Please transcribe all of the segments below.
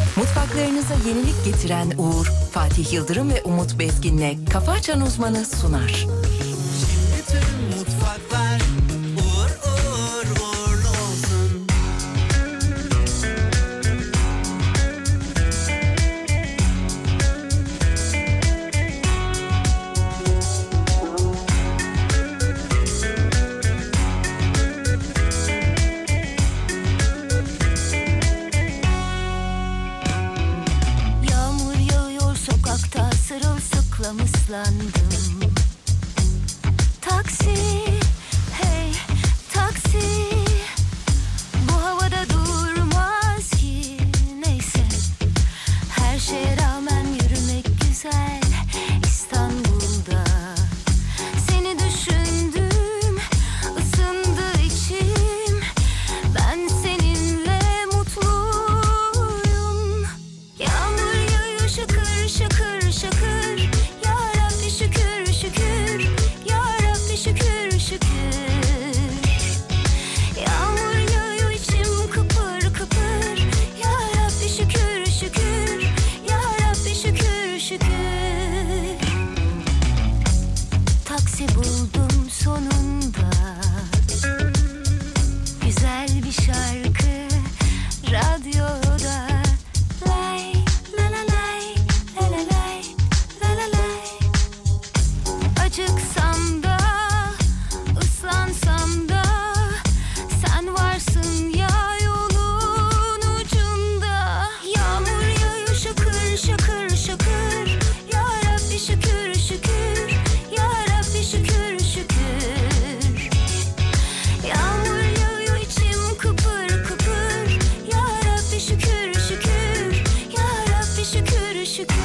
Mutfaklarınıza yenilik getiren Uğur, Fatih Yıldırım ve Umut Bezgin'le Kafa Açan Uzmanı sunar. Şimdi tüm mutfaklar uğur uğur uğurlu olsun. Yağmur yağıyor sokakta, sırılsıklam ıslandım. Taksi, hey taksi, bu havada durmaz ki. Neyse, her şeye rağmen yürümek güzel İstanbul'da. Seni düşündüm, ısındı içim. Ben seninle mutluyum. Yağmur yağıyor şakır şakır şakır. Ya Rabbi şükür şükür. Ya Rabbi şükür şükür. Yağmur yağıyor içim kıpır kıpır. Ya Rabbi şükür şükür. Ya Rabbi şükür şükür. Taksi buldum sonunda. Güzel bir şarkı radyoda. Lay la la lay la la lay la la lay. Acıksam da ıslansam da sen varsın ya yolun ucunda. Yağmur yağıyor şakır şakır şakır. Ya Rabbi şükür şükür. Ya Rabbi şükür şükür. Yağmur yağıyor içim kıpır kıpır. Ya Rabbi şükür şükür. Ya Rabbi şükür şükür.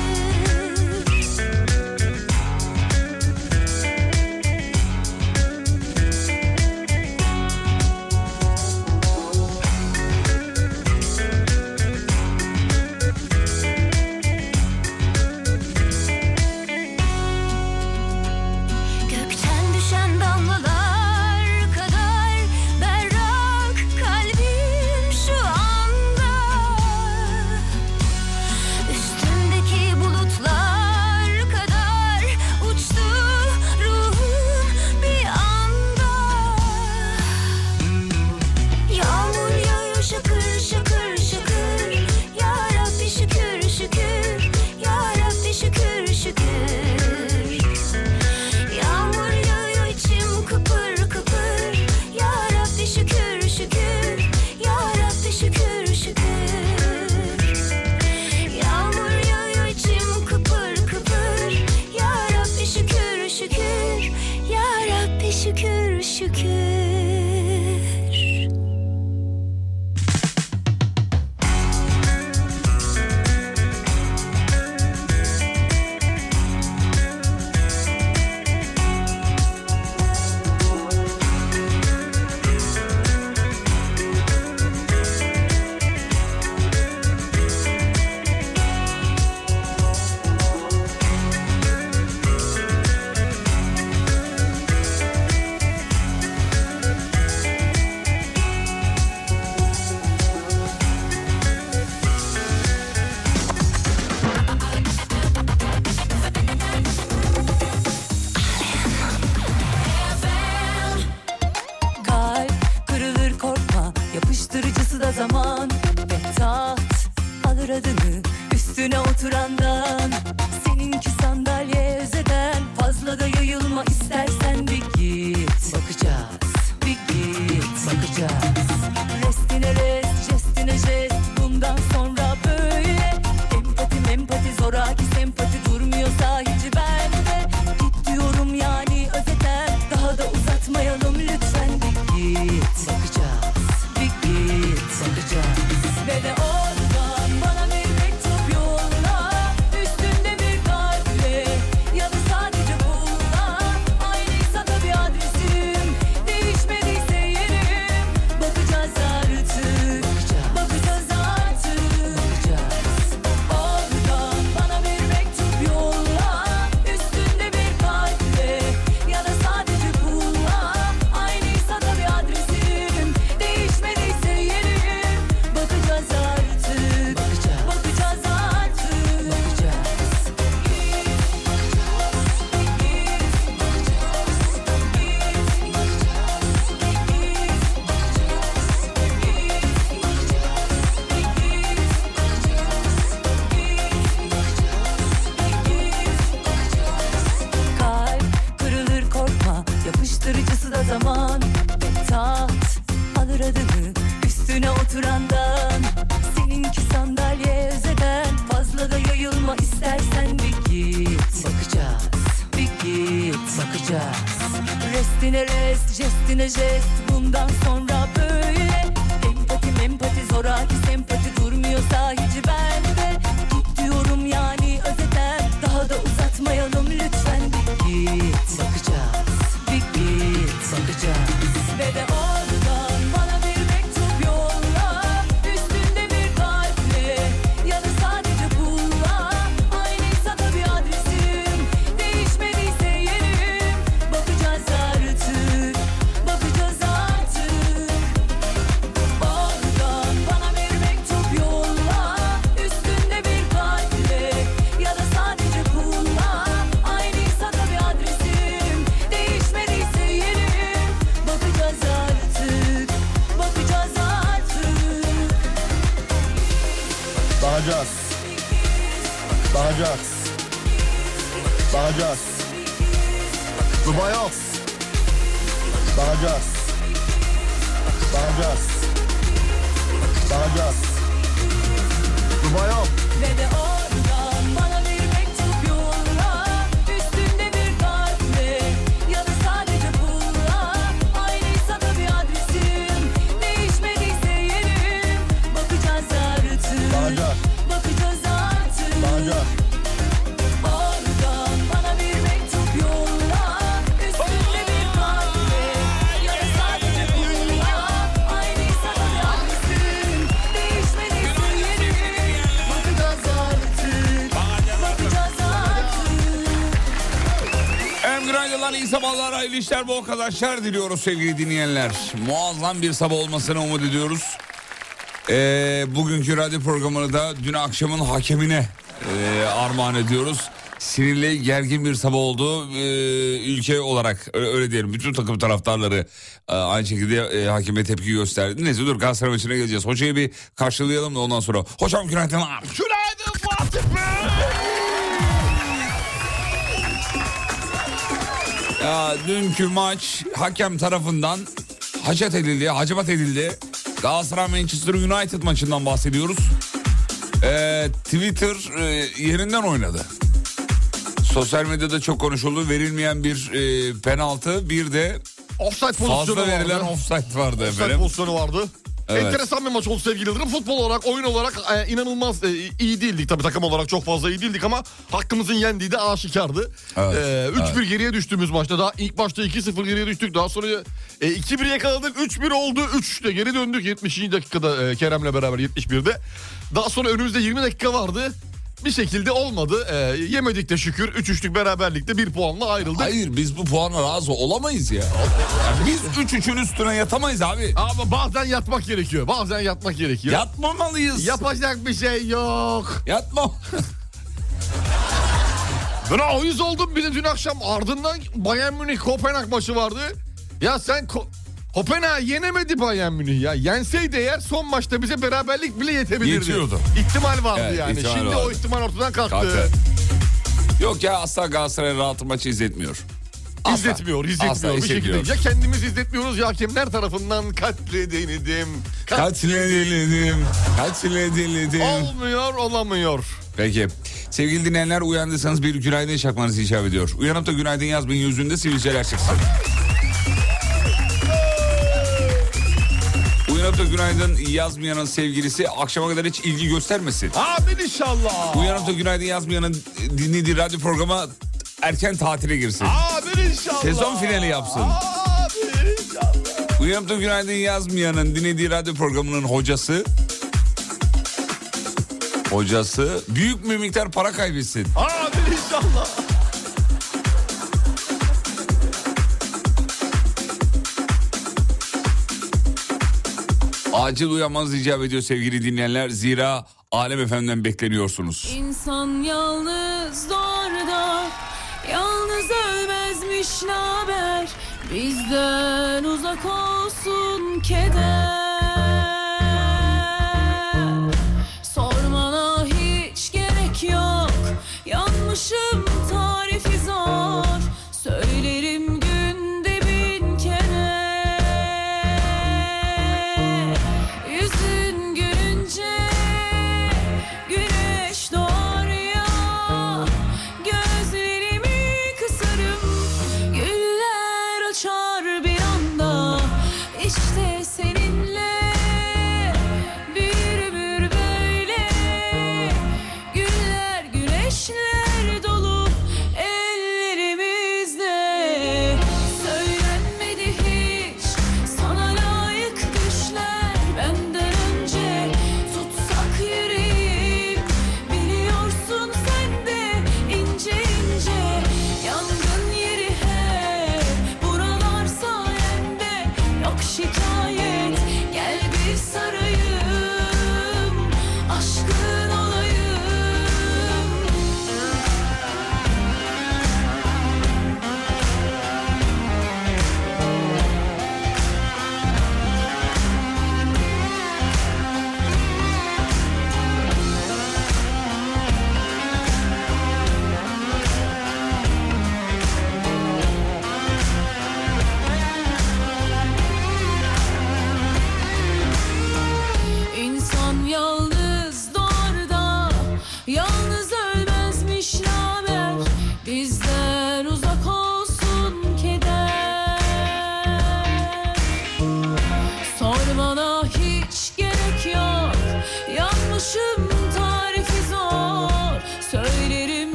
Gökten düşen damlalar kadar berrak kalbim şu anda. Üstümdeki bulutlar kadar uçtu ruhum bir anda. Yağmur yağıyor şakır şakır şakır. Ya Rabbi şükür şükür. Ya Rabbi şükür şükür. Yağmur yağıyor içim kıpır kıpır. Ya Rabbi şükür şükür. Ya Rabbi şükür şükür. Yağmur yağıyor içim kıpır kıpır. Ya Rabbi şükür şükür. Ya Rabbi şükür şükür. Kalp kırılır korkma, yapıştırıcısı da zaman. Ve taht alır adını üstüne oturandan. Seninki sandalye özeden, fazla da yayılma istersen bir git. Bakacağız, bir git. Bakacağız. Restine rest, jestine jest. Bundan sonra böyle empati mempati zoraki sempati durmuyorsa hiç bende. Git diyorum yani özeten, daha da uzatmayalım lütfen bir git. Bakacağız, bir git. Bakacağız. Ve de oradan bana bir mektup yolla. Üstüne Restine rest, jestine jest. Bundan sonra böyle. Empati zoraki sempati durmuyorsa hiç bende. Git diyorum yani özeten. Daha da uzatmayalım lütfen. Git bakacağız. Git bakacağız. Ve de oradan bana bir mektup yolla. Üstünde bir kalple ya da sadece pulla. Aynıysa da bir adresim. Değişmediyse yerim. Bakacağız artık. Bakacağız artık. Oradan bana bir mektup yolla. Üstünde bir kalple ya da sadece pulla. Aynıysa da bir adresim. Değişmediyse yerim. Bakacağız artık. Bakacağız artık. Bakacağız. Bakacağız. Bakacağız. Dubai yok. Bakacağız. Bakacağız. Bakacağız. Dubai yok. Ve de oradan bana bir mektup yolla. Üstünde bir kalple ya da sadece pulla. Aynıysa da bir adresim. Değişmediyse yerim. Bakacağız artık. Bakacağız. Bakacağız artık. Bakacağız. Oradan bana bir mektup yolla. Üstünde bir kalple ya da sadece pulla. Aynıysa da bir adresim. Değişmediyse yerim. Bakacağız artık. Bakacağız artık. Günaydınlar, iyi sabahlar, hayırlı işler, bol kazançlar diliyoruz sevgili dinleyenler. Muazzam bir sabah olmasını umut ediyoruz. Bugünkü radyo programını da dün akşamın hakemine armağan ediyoruz. Sinirli, gergin bir sabah oldu. Ülke olarak öyle diyelim. Bütün takım taraftarları aynı şekilde hakeme tepki gösterdi. Neyse dur, Galatasaray maçına geleceğiz. Hocayı bir karşılayalım da ondan sonra. Hocam günaydınlar. Günaydın Fatih Bey. Ya dünkü maç hakem tarafından hacamat edildi. Galatasaray Manchester United maçından bahsediyoruz. Twitter yerinden oynadı. Sosyal medyada çok konuşuldu. Verilmeyen bir penaltı, bir de Offside pozisyonu fazla verilen vardı. offside vardı Offside efendim. pozisyonu vardı. Evet. Enteresan bir maç oldu sevgili Yıldırım. Futbol olarak, oyun olarak inanılmaz iyi değildik. Tabii takım olarak çok fazla iyi değildik ama hakkımızın yendiği de aşikardı. Evet. 3-1 geriye düştüğümüz maçta, daha ilk başta 2-0 geriye düştük. Daha sonra 2-1 yakaladık, 3-1 oldu. 3'te geri döndük 70. dakikada Kerem'le beraber 71'de. Daha sonra önümüzde 20 dakika vardı. Bir şekilde olmadı. Yemedik de şükür. 3-3'lük beraberlikte 1 puanla ayrıldık. Hayır, biz bu puana razı olamayız ya. Yani biz 3-3'ün üstüne yatamayız abi. Ama bazen yatmak gerekiyor. Bazen yatmak gerekiyor. Yatmamalıyız. Yapacak bir şey yok. Yatma. Buna uyuz oldum bir de dün akşam, ardından Bayern Münih Kopenhag maçı vardı. Ya sen Kopenhag yenemedi Bayern Münih ya. Yenseydi eğer son maçta bize beraberlik bile yetebilirdi. Yetiyordu. İhtimal vardı Evet, yani. ihtimal Şimdi vardı. o ihtimal ortadan kalktı. Kalktı. Yok ya, asla Galatasaray rahat maçı izletmiyor. Asla. İzletmiyor. Asla Bir şekilde. izletmiyor. Ya kendimiz izletmiyoruz ya hakemler tarafından katledildim. Katledildim. Olamıyor. Peki. Sevgili dinleyenler, uyandıysanız bir günaydın çakmanız icap ediyor. Uyanıp da günaydın yazmayın, yüzünde sivilceler çıksın. Uyanıp da günaydın yazmayanın sevgilisi akşama kadar hiç ilgi göstermesin. Amin inşallah. Uyanıp da günaydın yazmayanın dinlediği radyo programı erken tatile girsin. Amin inşallah. Sezon finali yapsın. Amin inşallah. Uyanıp da günaydın yazmayanın dinlediği radyo programının hocası büyük bir miktar para kaybetsin. Amin inşallah. Acil uyanmanız icap ediyor sevgili dinleyenler. Zira Alem FM'den bekleniyorsunuz. İnsan yalnız doğar da yalnız ölmezmiş naber. Bizden uzak olsun keder. Sormana hiç gerek yok. Yanlışım tarifi zor. Söylerim günde 1000 kere. Yüzün gülünce güneş doğar ya. Gözlerimi kısarım, güller açar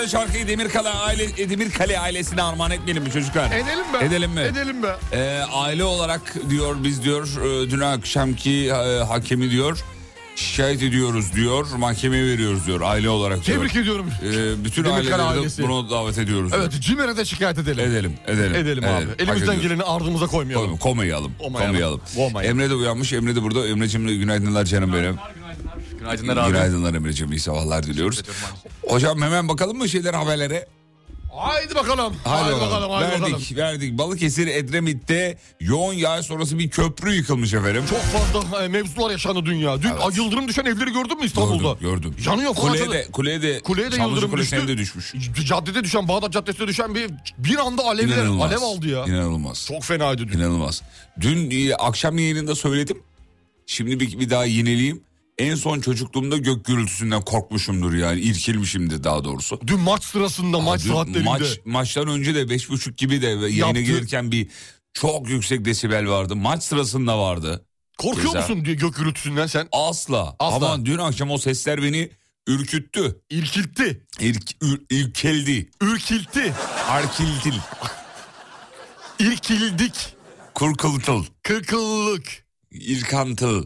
şarkıyı Demirkale ailesine armağan etmeyelim mi çocuklar? Edelim be. Edelim mi? Edelim be. Aile olarak diyor biz diyor dün akşamki hakemi diyor şikayet ediyoruz diyor, mahkemeye veriyoruz diyor aile olarak diyor. Tebrik ediyorum. Bütün Demirkale aileleri ailesi. de bunu davet ediyoruz. Evet, CİMER'e de şikayet edelim. Edelim abi. Elimizden geleni ardımıza koymayalım. Koymayalım. Koymayalım. Emre de uyanmış. Emre de burada. Emre'cim günaydınlar canım benim. Günaydınlar abi. Günaydınlar Emre'cim. İyi sabahlar diliyoruz. Hocam hemen bakalım mı haberlere? Haydi bakalım. Verdik. Balıkesir Edremit'te yoğun yağış sonrası bir köprü yıkılmış efendim. Çok fazla mevzular yaşandı dünya. Dün yıldırım düşen evleri gördün mü İstanbul'da? Gördüm. Yanıyor falan. Kuleye de yıldırım düştü. Düşmüş. Caddede düşen, Bağdat Caddesi'nde düşen bir anda alev aldı ya. İnanılmaz. Çok fenaydı dün. İnanılmaz. Dün akşam yayınında söyledim. Şimdi bir daha yineleyeyim. En son çocukluğumda gök gürültüsünden korkmuşumdur yani. İrkilmişimdir daha doğrusu. Dün maç sırasında, maç saatlerinde. Maçtan önce de 5.30 gibi de yayına gelirken bir çok yüksek desibel vardı. Maç sırasında vardı. Korkuyor musun diye gök gürültüsünden sen? Asla. Ama dün akşam o sesler beni ürküttü. İrkiltti. İrkeldi. Ürkiltti. Arkiltil. İrkildik. Kurkıltıl. Kırkıllık. İrkantıl.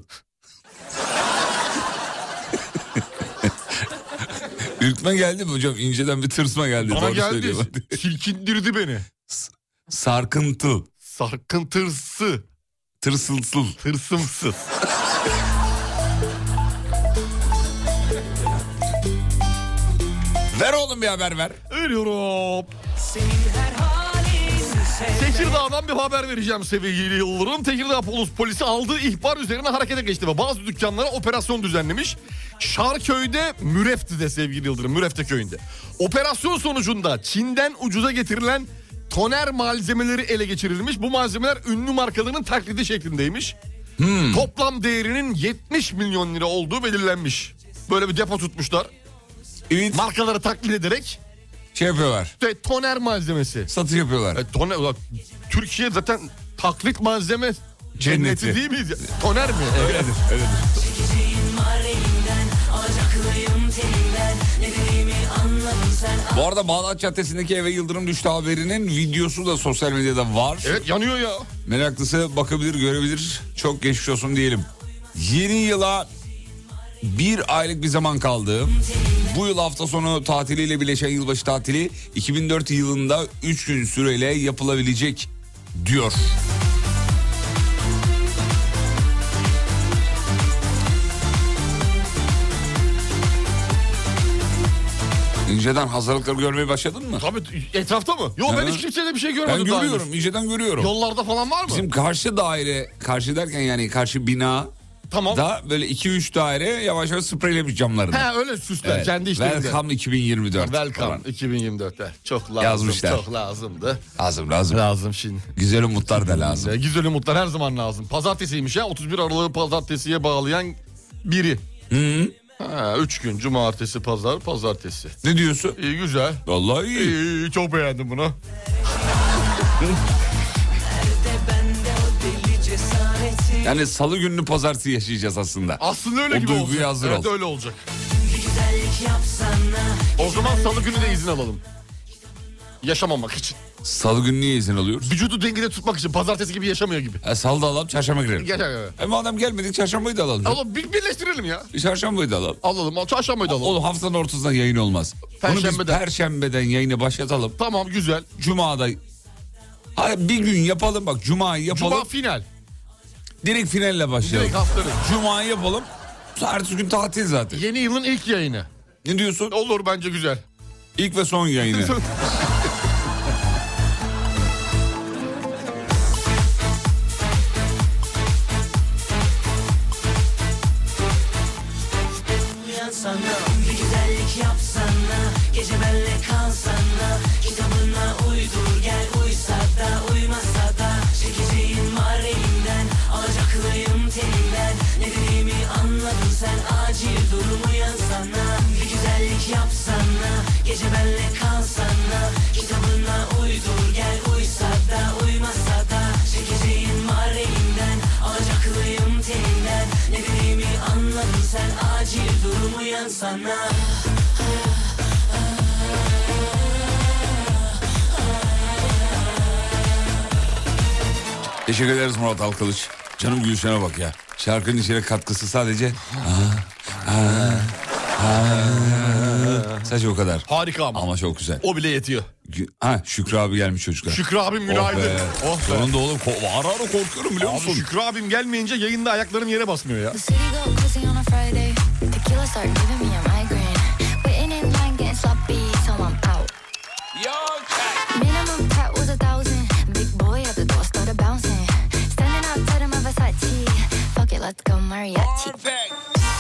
Ürkme geldi mi hocam? İnceden bir tırsma geldi. Bana geldi. Silkindirdi beni. Sarkıntı. Sarkıntırsı. Tırsılsıl. Tırsımsız. Ver oğlum bir haber ver. Veriyorum. Tekirdağ'dan bir haber vereceğim sevgili Yıldırım. Tekirdağ polisi aldığı ihbar üzerine harekete geçti ve bazı dükkanlara operasyon düzenlemiş. Şarköy'de, Mürefte'de sevgili Yıldırım, Mürefte köyünde. Operasyon sonucunda Çin'den ucuza getirilen toner malzemeleri ele geçirilmiş. Bu malzemeler ünlü markaların taklidi şeklindeymiş. Toplam değerinin 70 milyon lira olduğu belirlenmiş. Böyle bir depo tutmuşlar. Evet. Markaları taklit ederek. Yapıyorlar. Toner malzemesi. Satış yapıyorlar. Toner, Türkiye zaten taklit malzeme cenneti değil miyiz? Toner mi? Öyledir. Bu arada Bağdat Caddesi'ndeki eve yıldırım düştü haberinin videosu da sosyal medyada var. Evet, yanıyor ya. Meraklısı bakabilir, görebilir. Çok geçmiş olsun diyelim. Yeni yıla bir aylık bir zaman kaldı. Bu yıl hafta sonu tatiliyle birleşen yılbaşı tatili 2004 yılında 3 gün süreyle yapılabilecek diyor. İnceden hazırlıkları görmeye başladın mı? Tabii, etrafta mı? Yok, ben hiç kimsede bir şey görmedim. Ben görüyorum, inceden görüyorum. Yollarda falan var mı? Bizim karşı daire, karşı derken yani karşı bina tamam. da böyle 2-3 daire yavaş yavaş spreylemiş camlarını. He, öyle süsler, evet. Kendi işlerinde. Welcome 2024. Welcome 2024'te. Çok lazım. Yazmışlar. Çok lazımdı. Lazım. Lazım şimdi. Güzel umutlar da lazım. Güzel umutlar her zaman lazım. Pazartesiymiş ya, 31 Aralık'ı pazartesiye bağlayan biri. 3 gün, cumartesi, pazar, pazartesi. Ne diyorsun? İyi, güzel. Vallahi iyi. İyi, çok beğendim bunu. Yani salı gününü pazartesi yaşayacağız aslında. Aslında öyle o gibi olacak. Hazır evet, ol. öyle olacak. O zaman salı günü de izin alalım. Yaşamamak için. Salı günü niye izin alıyoruz? Vücudu dengede tutmak için, pazartesi gibi yaşamıyor gibi. Salı da alalım, çarşamba girelim. Madem gelmedik çarşambayı da alalım. Alalım, birleştirelim ya. Çarşambayı da alalım. Alalım, çarşambayı da alalım. Oğlum haftanın ortasından yayın olmaz. Bunu biz perşembeden yayını başlatalım. Tamam, güzel. Cuma'da bir gün yapalım, bak Cuma'yı yapalım. Cuma final. Direkt finalle başlayalım. Direkt haftanın. Cuma'yı yapalım. Ertesi gün tatil zaten. Yeni yılın ilk yayını. Ne diyorsun? Olur, bence güzel. İlk ve son yayını. Bir güzellik yapsana, gece benle kalsana, kitabına uydur gel, uysa da uymasa da, çekeceğin var elimden, alacaklıyım telinden, ne dediğimi anladın sen, acil durum uyansana. Bir güzellik yapsana, gece benle kalsana, kitabına uydur gel, uysa da uymasa da, çekeceğin var elimden, alacaklıyım telinden, ne dediğimi anladın sen, acil durum uyansana. Teşekkür ederiz Murat Alkılıç. Canım Gülşen'e bak ya. Şarkının içine katkısı sadece... Sadece o kadar. Harika ama. Ama çok güzel. O bile yetiyor. Şükrü abi gelmiş çocuklar. Şükrü abim günaydın. Oh be. Sonunda oğlum ara ara korkuyorum biliyor musun? Abi Şükrü abim gelmeyince yayında ayaklarım yere basmıyor ya. The city go crazy on a Friday. Tequila start giving me a migraine. Waiting in line getting sloppy, so I'm out. Minimum cat was 1,000. Big boy at the door started bouncing. Standing outside of my Versace. Fuck it, let's go mariachi. Perfect.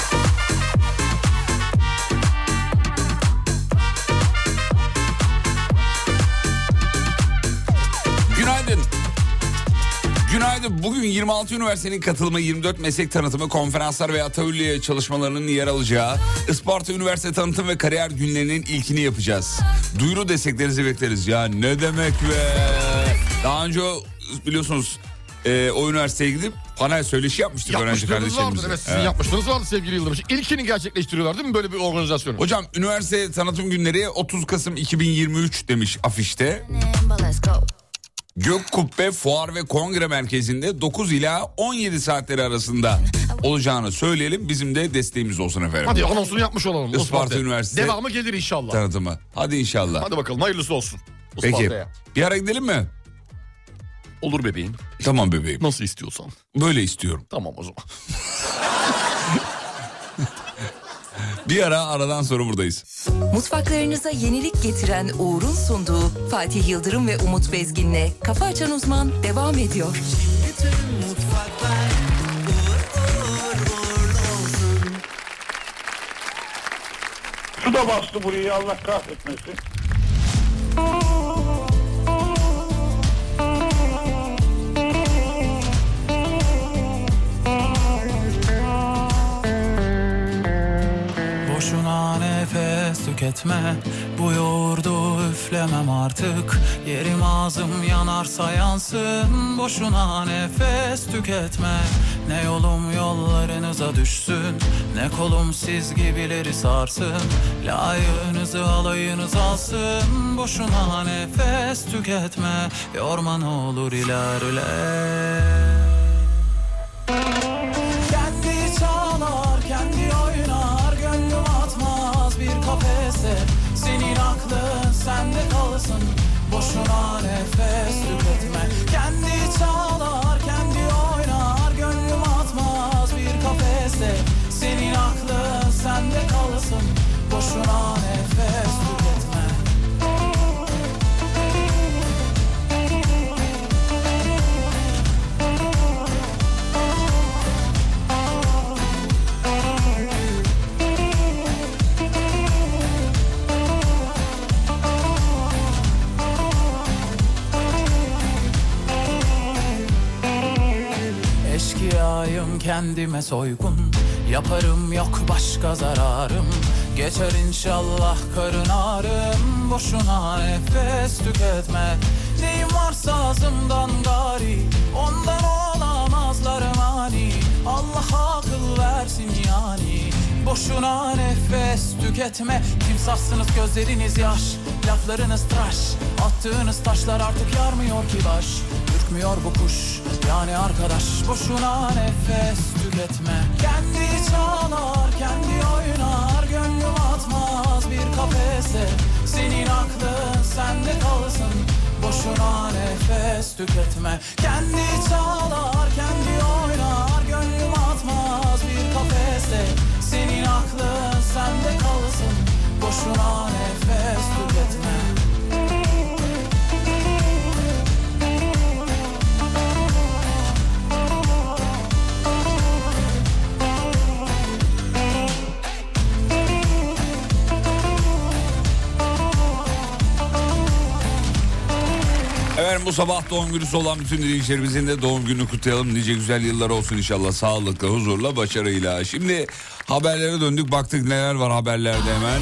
Günaydın. Günaydın. Bugün 26 üniversitenin katılımı, 24 meslek tanıtımı, konferanslar ve atölye çalışmalarının yer alacağı Isparta Üniversite Tanıtım ve Kariyer Günlerinin ilkini yapacağız. Duyuru desteklerinizi bekleriz. Ya ne demek be. Daha önce biliyorsunuz o üniversiteye gidip panel söyleşi yapmıştık öğrenci kardeşlerimizle. Evet, sizin yapmışlığınız vardı sevgili Yıldırım. İlkini gerçekleştiriyorlar değil mi böyle bir organizasyonu? Hocam üniversite tanıtım günleri 30 Kasım 2023 demiş afişte. Gökkubbe Fuar ve Kongre Merkezi'nde 9 ila 17 saatleri arasında olacağını söyleyelim. Bizim de desteğimiz olsun efendim. Hadi anonsunu yapmış olalım. Isparta Üniversitesi. Devamı gelir inşallah. Tanıtımı. Hadi inşallah. Hadi bakalım hayırlısı olsun. Peki. Isparta'ya. Bir ara gidelim mi? Olur bebeğim. Tamam bebeğim. Nasıl istiyorsan. Böyle istiyorum. Tamam o zaman. Bir aradan sonra buradayız. Mutfaklarınıza yenilik getiren Uğur'un sunduğu Fatih Yıldırım ve Umut Bezgin'le Kafa Açan Uzman devam ediyor. Bütün mutfaklar uğurlu olsun. Su da bastı burayı, Allah kahretmesin. Boşuna nefes tüketme, bu yoğurdu üflemem artık. Yerim ağzım yanarsa yansın, boşuna nefes tüketme. Ne yolum yollarınıza düşsün, ne kolum siz gibileri sarsın. Layığınızı alayınız alsın, boşuna nefes tüketme. Yorma ne olur ilerle. Kendi çalar, kendi oynar, gönlüm atmaz bir kafese. Senin aklın sende kalsın, boşuna nefes tüketme. Kendi çalar, kendi oynar, gönlüm atmaz bir kafese. Senin aklın sende kalsın, boşuna nefes tüketme. Eşkıyayım kendime soygun, yaparım yok başka zararım. Geçer inşallah karın ağrım, boşuna nefes tüketme. Neyim varsa ağzımdan gari, ondan olamazlar mani. Allah akıl versin yani, boşuna nefes tüketme. Kimsahsınız gözleriniz yaş, laflarınız tıraş. Attığınız taşlar artık yarmıyor ki baş. Ürkmüyor bu kuş yani arkadaş, boşuna nefes tüketme. Kendi çalar, kendi oynar, gönlüm atmaz bir kafese. Senin aklın sende kalsın, boşuna nefes tüketme. Kendi çalar, kendi oynar, gönlüm atmaz bir kafese. Senin aklın sende kalsın, boşuna nefes tüketme. Efendim bu sabah doğum günü olan bütün dinleyicilerimizin de doğum gününü kutlayalım. Nice güzel yıllar olsun inşallah, sağlıkla, huzurla, başarıyla. Şimdi haberlere döndük, baktık neler var haberlerde hemen.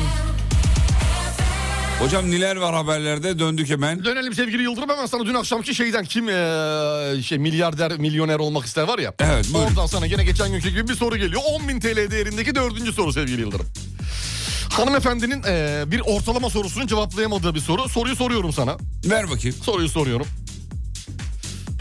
Hocam neler var haberlerde, döndük hemen. Dönelim sevgili Yıldırım, hemen sana dün akşamki şeyden kim milyarder, milyoner olmak ister var ya. Evet, buyurun. Oradan sana gene geçen günkü gibi bir soru geliyor. 10.000 TL değerindeki 4. soru sevgili Yıldırım. Hanımefendinin bir ortalama sorusunu cevaplayamadığı bir soru. Soruyu soruyorum sana. Ver bakayım. Soruyu soruyorum.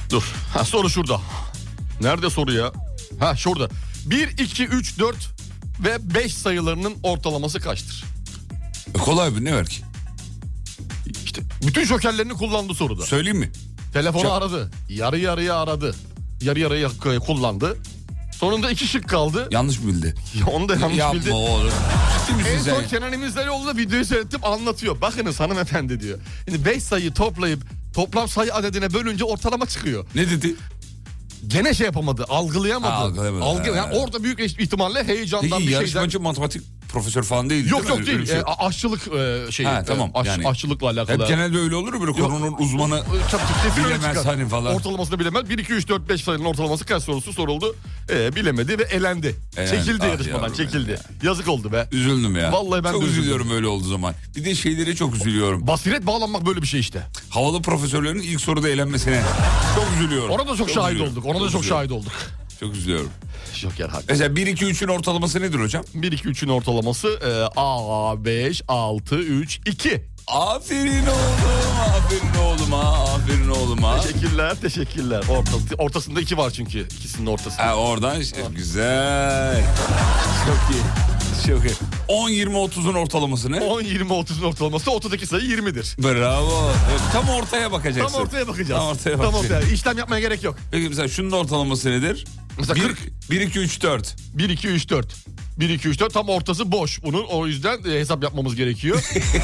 Dur. Ha, soru şurada. Nerede soru ya? Ha şurada. 1, 2, 3, 4 ve 5 sayılarının ortalaması kaçtır? Kolay bir ne var ki? İşte bütün jokerlerini kullandı soruda. Söyleyeyim mi? Telefonu aradı. Yarı yarıya aradı. Yarı yarıya kullandı. Sonunda 2 şık kaldı. Yanlış mı bildi? Onu da yanlış Yapma bildi. oğlum. En son Kenan İmirzalıoğlu'na videoyu seyrettim, anlatıyor. Bakınız hanımefendi diyor. Şimdi 5 sayıyı toplayıp toplam sayı adedine bölünce ortalama çıkıyor. Ne dedi? Gene şey yapamadı, algılayamadı. Algılayamadı. Yani orada büyük ihtimalle heyecandan Peki bir yarışmacı şeyden... matematik profesör falan değil. Yok mi? değil. Şey. Aşçılık şeyi. Ha, tamam. Yani. Aşçılıkla alakalı. Hep genelde öyle olur mu? Böyle konunun uzmanı bilemez hani falan. Ortalamasını bilemez. 1, 2, 3, 4, 5 sayının ortalaması kaç sorusu soruldu. Bilemedi ve elendi. Çekildi yarışmadan, çekildi. Yazık oldu be. Üzüldüm ya. Vallahi ben çok de üzülüyorum öyle olduğu zaman. Bir de şeylere çok üzülüyorum. Basiret bağlanmak böyle bir şey işte. Havalı profesörlerin ilk soruda elenmesine çok üzülüyorum. Ona da çok şahit olduk. Ona da çok şahit olduk. Çok üzülüyorum. Joker haklı. Mesela 1, 2, 3'ün ortalaması nedir hocam? 1, 2, 3'ün ortalaması A, 5, 6, 3, 2. Aferin oğlum, aferin oğluma, aferin oğluma. Teşekkürler. Ortasında 2 var çünkü. İkisinin ortasında. Ha, oradan güzel. Çok iyi. Çok iyi. 10, 20, 30'un ortalaması ne? 10, 20, 30'un ortalaması ortadaki sayı 20'dir. Bravo. Evet, tam ortaya bakacaksın. Tam ortaya bakacağız. Tam ortaya. İşlem yapmaya gerek yok. Peki mesela şunun ortalaması nedir? Mesela 1, 2, 3, 4. 1, 2, 3, 4. 1, 2, 3, 4 tam ortası boş bunun. O yüzden hesap yapmamız gerekiyor.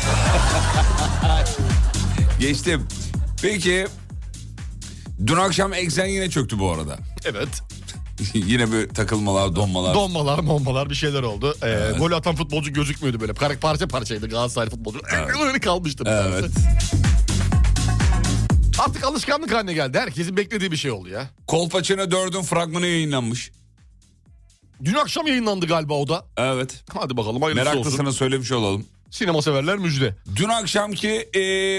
Geçtim. Peki dün akşam eksen yine çöktü bu arada. Evet. Yine böyle takılmalar, donmalar. Donmalar bir şeyler oldu. Evet. Gol atan futbolcu gözükmüyordu böyle. Parça parçaydı Galatasaray futbolcu. Öyle kalmıştı. Evet. Artık alışkanlık haline geldi. Herkesin beklediği bir şey oldu ya. Kolpaçino 4'ün fragmanı yayınlanmış. Dün akşam yayınlandı galiba o da. Evet. Hadi bakalım hayırlısı olsun. Meraklısına söylemiş olalım. Sinema severler müjde. Dün akşamki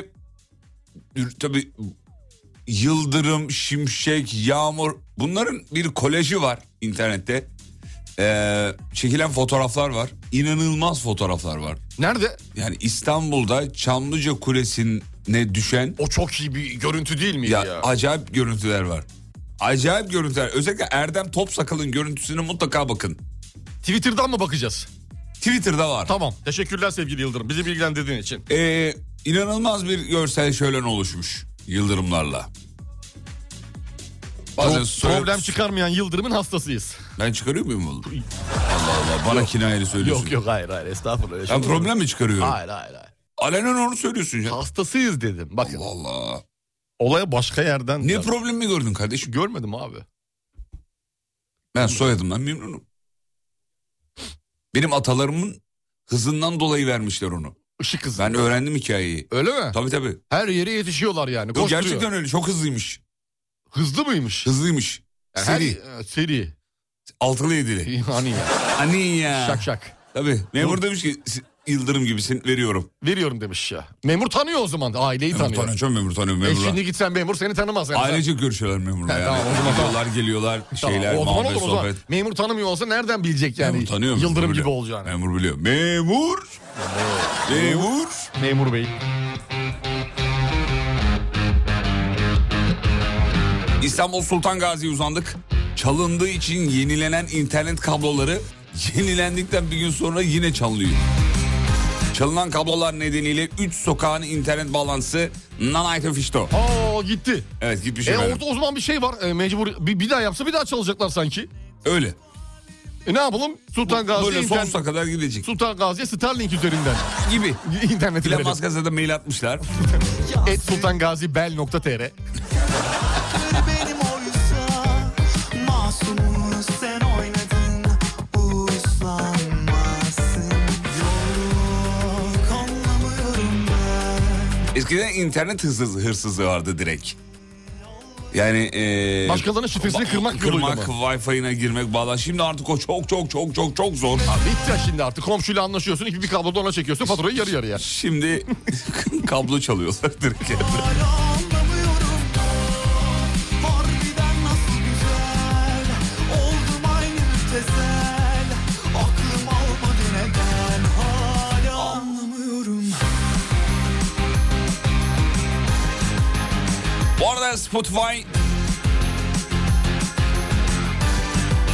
tabii Yıldırım, Şimşek, Yağmur bunların bir kolajı var internette. Çekilen fotoğraflar var. İnanılmaz fotoğraflar var. Nerede? Yani İstanbul'da Çamlıca Kulesi'ne düşen... O çok iyi bir görüntü değil mi ya? Acayip görüntüler var. Acayip görüntüler. Özellikle Erdem Topsakal'ın görüntüsüne mutlaka bakın. Twitter'dan mı bakacağız? Twitter'da var. Tamam. Teşekkürler sevgili Yıldırım. Bizi bilgilendirdiğin için. İnanılmaz bir görsel şölen oluşmuş Yıldırımlarla. Problem çıkarmayan Yıldırım'ın hastasıyız. Ben çıkarıyor muyum oğlum? Allah Allah bana kinayeli söylüyorsun. Yok hayır estağfurullah. Ben problem mi çıkarıyorum? Hayır. Alenen onu söylüyorsun ya. Hastasıyız dedim. Bakın. Allah Allah. Olaya başka yerden... Ne problemi gördün kardeşim? Görmedim abi. Ben soyadımdan memnunum. Benim atalarımın hızından dolayı vermişler onu. Işık hızı. Ben öğrendim hikayeyi. Öyle mi? Tabii. Her yere yetişiyorlar yani. Yok, gerçekten öyle. Çok hızlıymış. Hızlı mıymış? Hızlıymış. Seri. Seri. Altılı yedili. Hani ya. Şak. Tabii. Memur demiş ki Yıldırım gibisin veriyorum. Veriyorum demiş ya. Memur tanıyor o zaman. Aileyi tanıyor. Memur tanıyor. Şimdi gitsen memur seni tanımaz. Yani. Ailecek görüşüyorlar memurla yani. Tamam, geliyorlar şeyler, o zaman muhabbet, sohbet. Memur tanımıyor olsa nereden bilecek yani? Memur tanıyor. Yıldırım gibi olacağını. Memur biliyor. Memur Bey. İstanbul Sultan Gazi'ye uzandık. Çalındığı için yenilenen internet kabloları yenilendikten bir gün sonra yine çalınıyor. Çalınan kablolar nedeniyle 3 sokağın internet bağlantısı non-item fişto. Gitti. Evet gitmiş. Orada o zaman bir şey var. Mecbur bir daha yapsa bir daha çalacaklar sanki. Öyle. Ne yapalım? Sultan Gazi'ye böyle sonsuza kadar gidecek. Sultan Gazi'ye Starlink üzerinden. Gibi. İnterneti verelim. Elon Musk'a da mail atmışlar. @sultangazibel.tr Eskiden internet hırsızlığı vardı direkt. Yani başkalarının şifresini kırmak yoluyla mı? Wi-Fi'ine girmek, bağlan. Şimdi artık o çok zor. Bitti ya şimdi artık. Komşuyla anlaşıyorsun. Bir kabloda ona çekiyorsun. Faturayı yarı yarıya. Şimdi kablo çalıyorlar direkt. Bu arada Spotify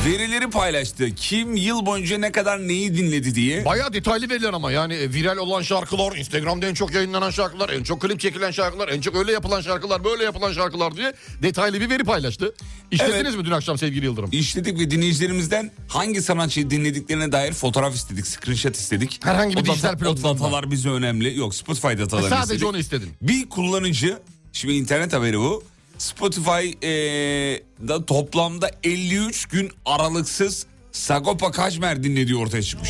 verileri paylaştı. Kim yıl boyunca ne kadar neyi dinledi diye. Bayağı detaylı veriler ama yani viral olan şarkılar, Instagram'da en çok yayınlanan şarkılar, en çok klip çekilen şarkılar, en çok öyle yapılan şarkılar, böyle yapılan şarkılar diye detaylı bir veri paylaştı. İşlediniz mi dün akşam sevgili Yıldırım? İşledik ve dinleyicilerimizden hangi sanatçıyı dinlediklerine dair fotoğraf istedik, screenshot istedik. Herhangi bir dijital O platformda. datalar bize önemli. Yok, Spotify datalarını Sadece istedik. onu istedin. Bir kullanıcı, şimdi internet haberi bu. Spotify'da toplamda 53 gün aralıksız Sagopa Kajmer dinlediği ortaya çıkmış.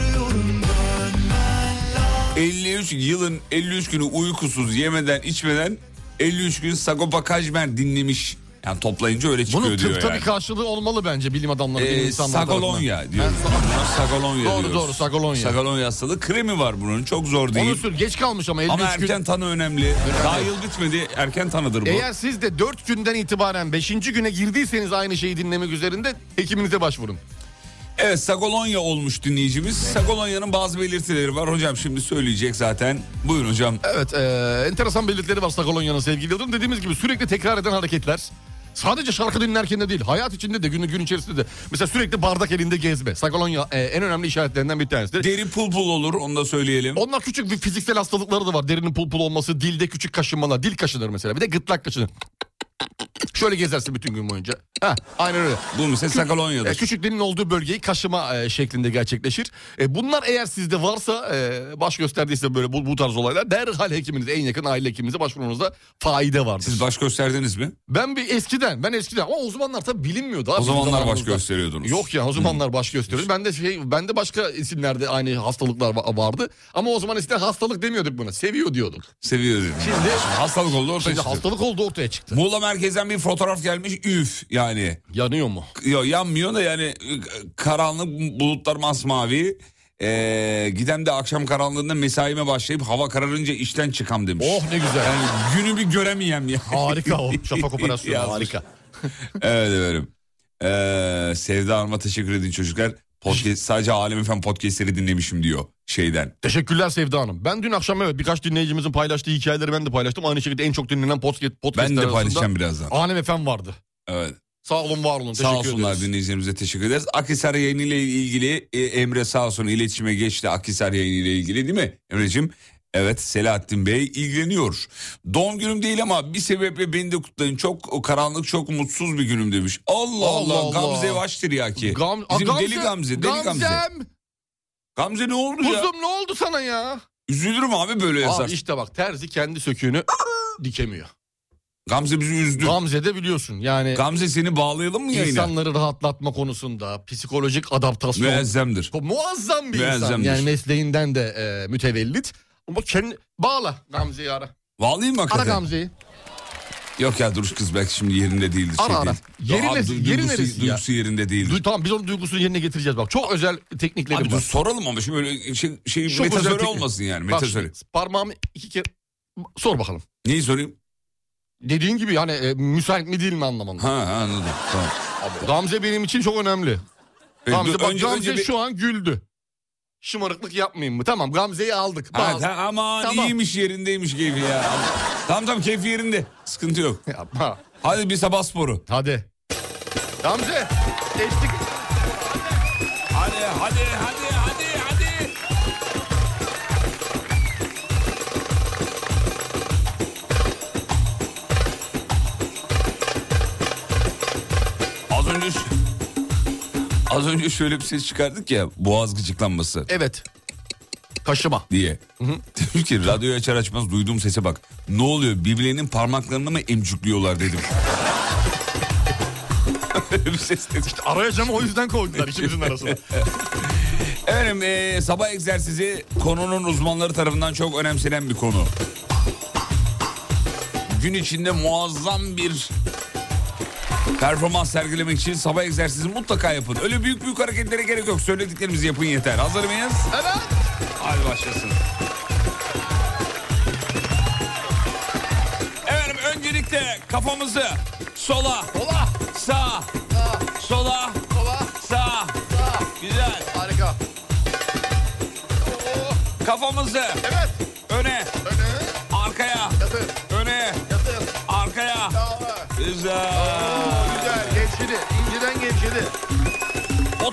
53 günü uykusuz, yemeden, içmeden 53 gün Sagopa Kajmer dinlemiş. Yani toplayınca öyle çıkıyor Bunun diyor tıpta yani. bir karşılığı olmalı bence bilim adamları, bilim insanları Sagolonya tarafından. diyoruz. Sagolonya Doğru, diyoruz. doğru, Sagolonya. Sagolonya hastalığı. Kremi var bunun, çok zor değil. Onu sür, geç kalmış ama 53 Ama gün. erken tanı önemli. Daha yıl bitmedi, erken tanıdır bu. Eğer siz de 4 günden itibaren 5. güne girdiyseniz aynı şeyi dinlemek üzerinde hekiminize başvurun. Evet, Sagolonya olmuş dinleyicimiz. Sagolonya'nın bazı belirtileri var. Hocam şimdi söyleyecek zaten. Buyurun hocam. Evet, enteresan belirtileri var Sagolonya'nın sevgili Yıldırım. Dediğimiz gibi sürekli tekrar eden hareketler. Sadece şarkı dinlerken de değil, hayat içinde de, gün içerisinde de. Mesela sürekli bardak elinde gezme. Sagolonya en önemli işaretlerinden bir tanesidir. Deri pul pul olur, onu da söyleyelim. Onlar küçük bir fiziksel hastalıkları da var. Derinin pul pul olması, dilde küçük kaşınmalar. Dil kaşınır mesela. Bir de gırtlak kaşınır. Şöyle gezersin bütün gün boyunca. Aynen öyle. Bu mesela Sakolonya'dır. Küçük dilin olduğu bölgeyi kaşıma şeklinde gerçekleşir. Bunlar eğer sizde varsa, baş gösterdiyse böyle bu tarz olaylar, derhal hekiminize, en yakın aile hekiminize başvurmanızda fayda vardır. Siz baş gösterdiniz mi? Ben eskiden ama o zamanlar tabii bilinmiyordu. O zamanlar baş gösteriyordunuz. Yok ya, o zamanlar baş gösteriyordu. Bende başka isimlerde aynı hastalıklar vardı. Ama o zaman eskiden hastalık demiyorduk buna. Seviyor diyorduk. Şimdi hastalık oldu ortaya çıktı. Hastalık oldu ortaya çıktı. Muğla merkezden bir fotoğraf gelmiş, üf yani. Yanıyor mu? Yok, yanmıyor da yani karanlık, bulutlar masmavi. Gidem de akşam karanlığında mesaime başlayıp hava kararınca işten çıkam demiş. Oh ne güzel. Yani günü bir göremeyem ya. Harika o şafak operasyonu, harika. Evet efendim. Sevda Hanım'a teşekkür edin çocuklar. Podcast, sadece Alem FM podcastleri dinlemişim diyor şeyden. Teşekkürler Sevda Hanım. Ben dün akşam birkaç dinleyicimizin paylaştığı hikayeleri ben de paylaştım. Aynı şekilde en çok dinlenen podcastler ben de paylaşacağım birazdan. Alem FM vardı. Evet. Sağ olun, var olun. Sağ olsunlar, dinleyicilerimize teşekkür ederiz. Akhisar yayını ile ilgili Emre sağ olsun iletişime geçti. Akhisar yayını ile ilgili değil mi Emre'cim? Evet, Selahattin Bey ilgileniyor. Doğum günüm değil ama bir sebeple beni de kutlayın. Çok karanlık, çok mutsuz bir günüm demiş. Allah Allah. Gamze Yavaştır ya ki. Bizim deli Gamze. Gamze ne oldu ya? Kuzum ne oldu sana ya? Üzülürüm abi böyle yazar. Abi işte bak, terzi kendi söküğünü dikemiyor. Gamze bizi üzdü. Gamze de biliyorsun yani. Gamze seni bağlayalım mı yayına? İnsanları rahatlatma konusunda psikolojik adaptasyon. Müezzemdir. Muazzam bir insan. Yani mesleğinden de mütevellit. Ama bağla Gamze'yi, ara. Bağlayayım mı hakikaten? Ara Gamze'yi. Yok ya, dur kız belki şimdi yerinde değildir. Ara. Yeri neresi ya? Duygusu yerinde değildir. Tamam, biz onun duygusunu yerine getireceğiz bak. Çok özel tekniklerim var. Abi soralım ama şimdi böyle metazöre olmasın yani. Metazöre. Parmağımı 2 kere sor bakalım. Neyi sorayım? Dediğin gibi yani müsait mi değil mi anlamında. Anladım. Tamam. Abi, Gamze benim için çok önemli. Gamze şu an güldü. Şımarıklık yapmayayım mı? Tamam, Gamze'yi aldık. Aman tamam. İyiymiş, yerindeymiş keyfi ya. Tamam keyfi yerinde. Sıkıntı yok. Yapma. Hadi bir sabah sporu. Hadi. Gamze. Geçtik. Hadi. Az önce şöyle bir ses çıkardık ya, boğaz gıcıklanması. Evet. Kaşıma. Diye. Dedim ki radyoyu açar açmaz duyduğum sese bak. Ne oluyor, birbirlerinin parmaklarını mı emcükliyorlar dedim. Öyle bir ses dedim. İşte arayacağımı o yüzden koydular ikimizin arasına. Efendim sabah egzersizi konunun uzmanları tarafından çok önemsenen bir konu. Gün içinde muazzam bir performans sergilemek için sabah egzersizi mutlaka yapın. Öyle büyük hareketlere gerek yok. Söylediklerimizi yapın yeter. Hazır mıyız? Evet. Hadi başlasın. Efendim öncelikle kafamızı sola, sağa, sola, sağa. Güzel. Harika. Kafamızı öne, arkaya, öne, arkaya. Güzel. Güzel, gevşedi. İnceden gevşedi.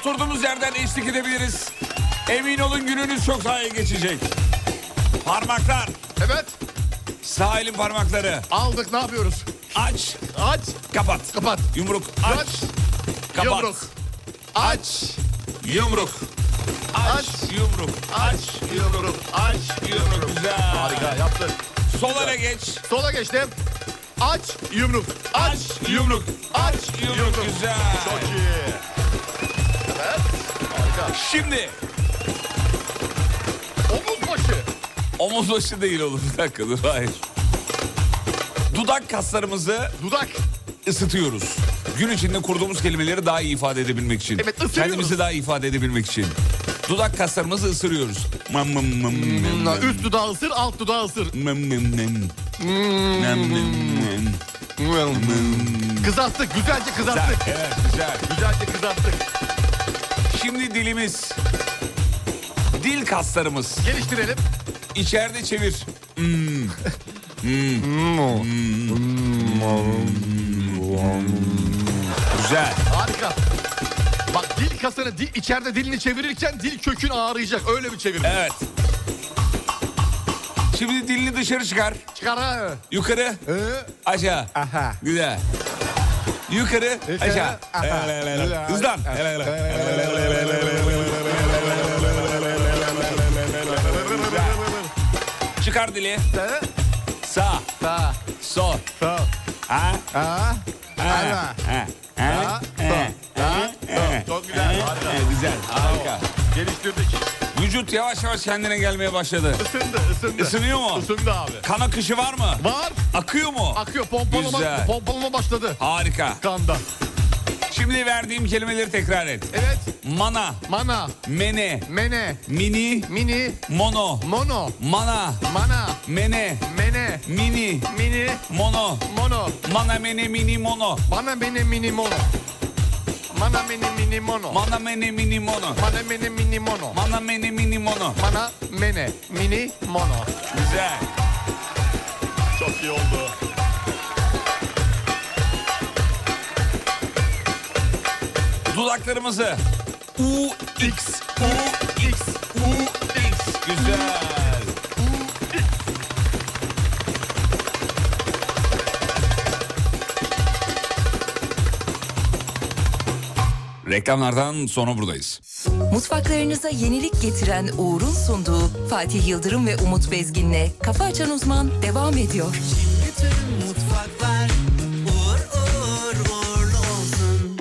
oturduğumuz yerden eşlik edebiliriz. Emin olun gününüz çok daha iyi geçecek. Parmaklar. Evet. Sağ elin parmakları. Aldık, ne yapıyoruz? Aç. Aç. Kapat. Kapat. Yumruk. Aç. Kapat. Yumruk. Aç. Yumruk. Aç. Yumruk. Aç. Yumruk. Aç. Yumruk. Güzel. Harika, yaptın. Sol ele geç. Sola geçtim. Aç. Yumruk. Aç. Yumruk. Aç. Yumruk. Güzel. Çok iyi. Evet. Harika. Şimdi. Omuz başı. Omuz başı değil oğlum. Bir dakika dur. Hayır. Dudak kaslarımızı Dudak. ısıtıyoruz. Gün içinde kurduğumuz kelimeleri daha iyi ifade edebilmek için. Evet, ısırıyoruz. Kendimizi daha iyi ifade edebilmek için. Dudak kaslarımızı ısırıyoruz. Üst dudağı ısır, alt dudağı ısır. Kızarttık, güzelce kızarttık. Evet, güzel. Güzelce kızarttık. Şimdi dilimiz. Dil kaslarımız. Geliştirelim. İçeride çevir. Güzel. Harika. Bak, dil kasını içeride dilini çevirirken dil kökün ağrıyacak. Öyle bir çevir. Evet. Şimdi dilini dışarı çıkar. Çıkar ha. Yukarı. Aşağı. Aha. Güzel. Yukarı. Aşağı. Aha. Hızlan. Çıkar dili. Sağ. Sağ. Sol. Sağ. Ha. Ha. Ha. Ha. Çok güzel. Harika. Güzel. Harika. Geliştirdik. Vücut yavaş yavaş kendine gelmeye başladı. Isındı. Isınıyor mu? Isındı abi. Kan akışı var mı? Var. Akıyor mu? Akıyor. Güzel. Pompalama başladı. Harika. Kanda. Şimdi verdiğim kelimeleri tekrar et. Evet. Mana. Mana. Mene. Mene. Mini. Mini. Mono. Mono. Mana. Mana. Mene. Mene. Mini. Mini. Mono. Mono. Mana mene mini mono. Bana beni mini mono. Mana meni mini mono. Mana mene mini mono. Mana meni mini mono. Mana mene mini mono. Mana mene mini mono. Güzel. Çok iyi oldu. Dudaklarımızı U-X, U-X, U-X. Güzel. Reklamlardan sonra buradayız. Mutfaklarınıza yenilik getiren Uğur'un sunduğu Fatih Yıldırım ve Umut Bezgin'le Kafa Açan Uzman devam ediyor. Bütün mutfaklar uğur uğur uğurlu olsun.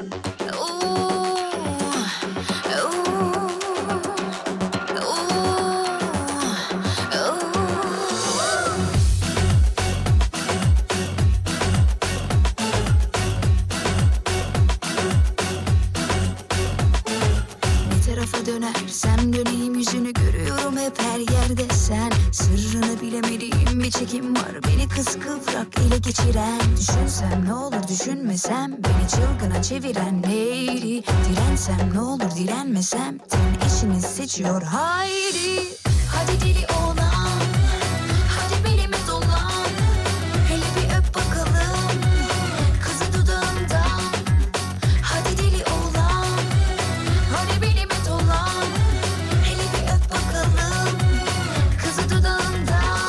Ne tarafa dönersem döneyim yüzünü görüyorum hep her yerde sen. Sırrını bilemediğim bir çekim var beni kıskıvrak ele geçiren. Düşünsem ne olur düşünmesem beni çılgına çeviren neydi? Dirensem ne olur direnmesem ten işini seçiyor haydi. Hadi deli olan, hadi belime dolan, hele bir öp bakalım kızı dudağından. Hadi deli olan, hadi belime dolan, hele bir öp bakalım kızı dudağından.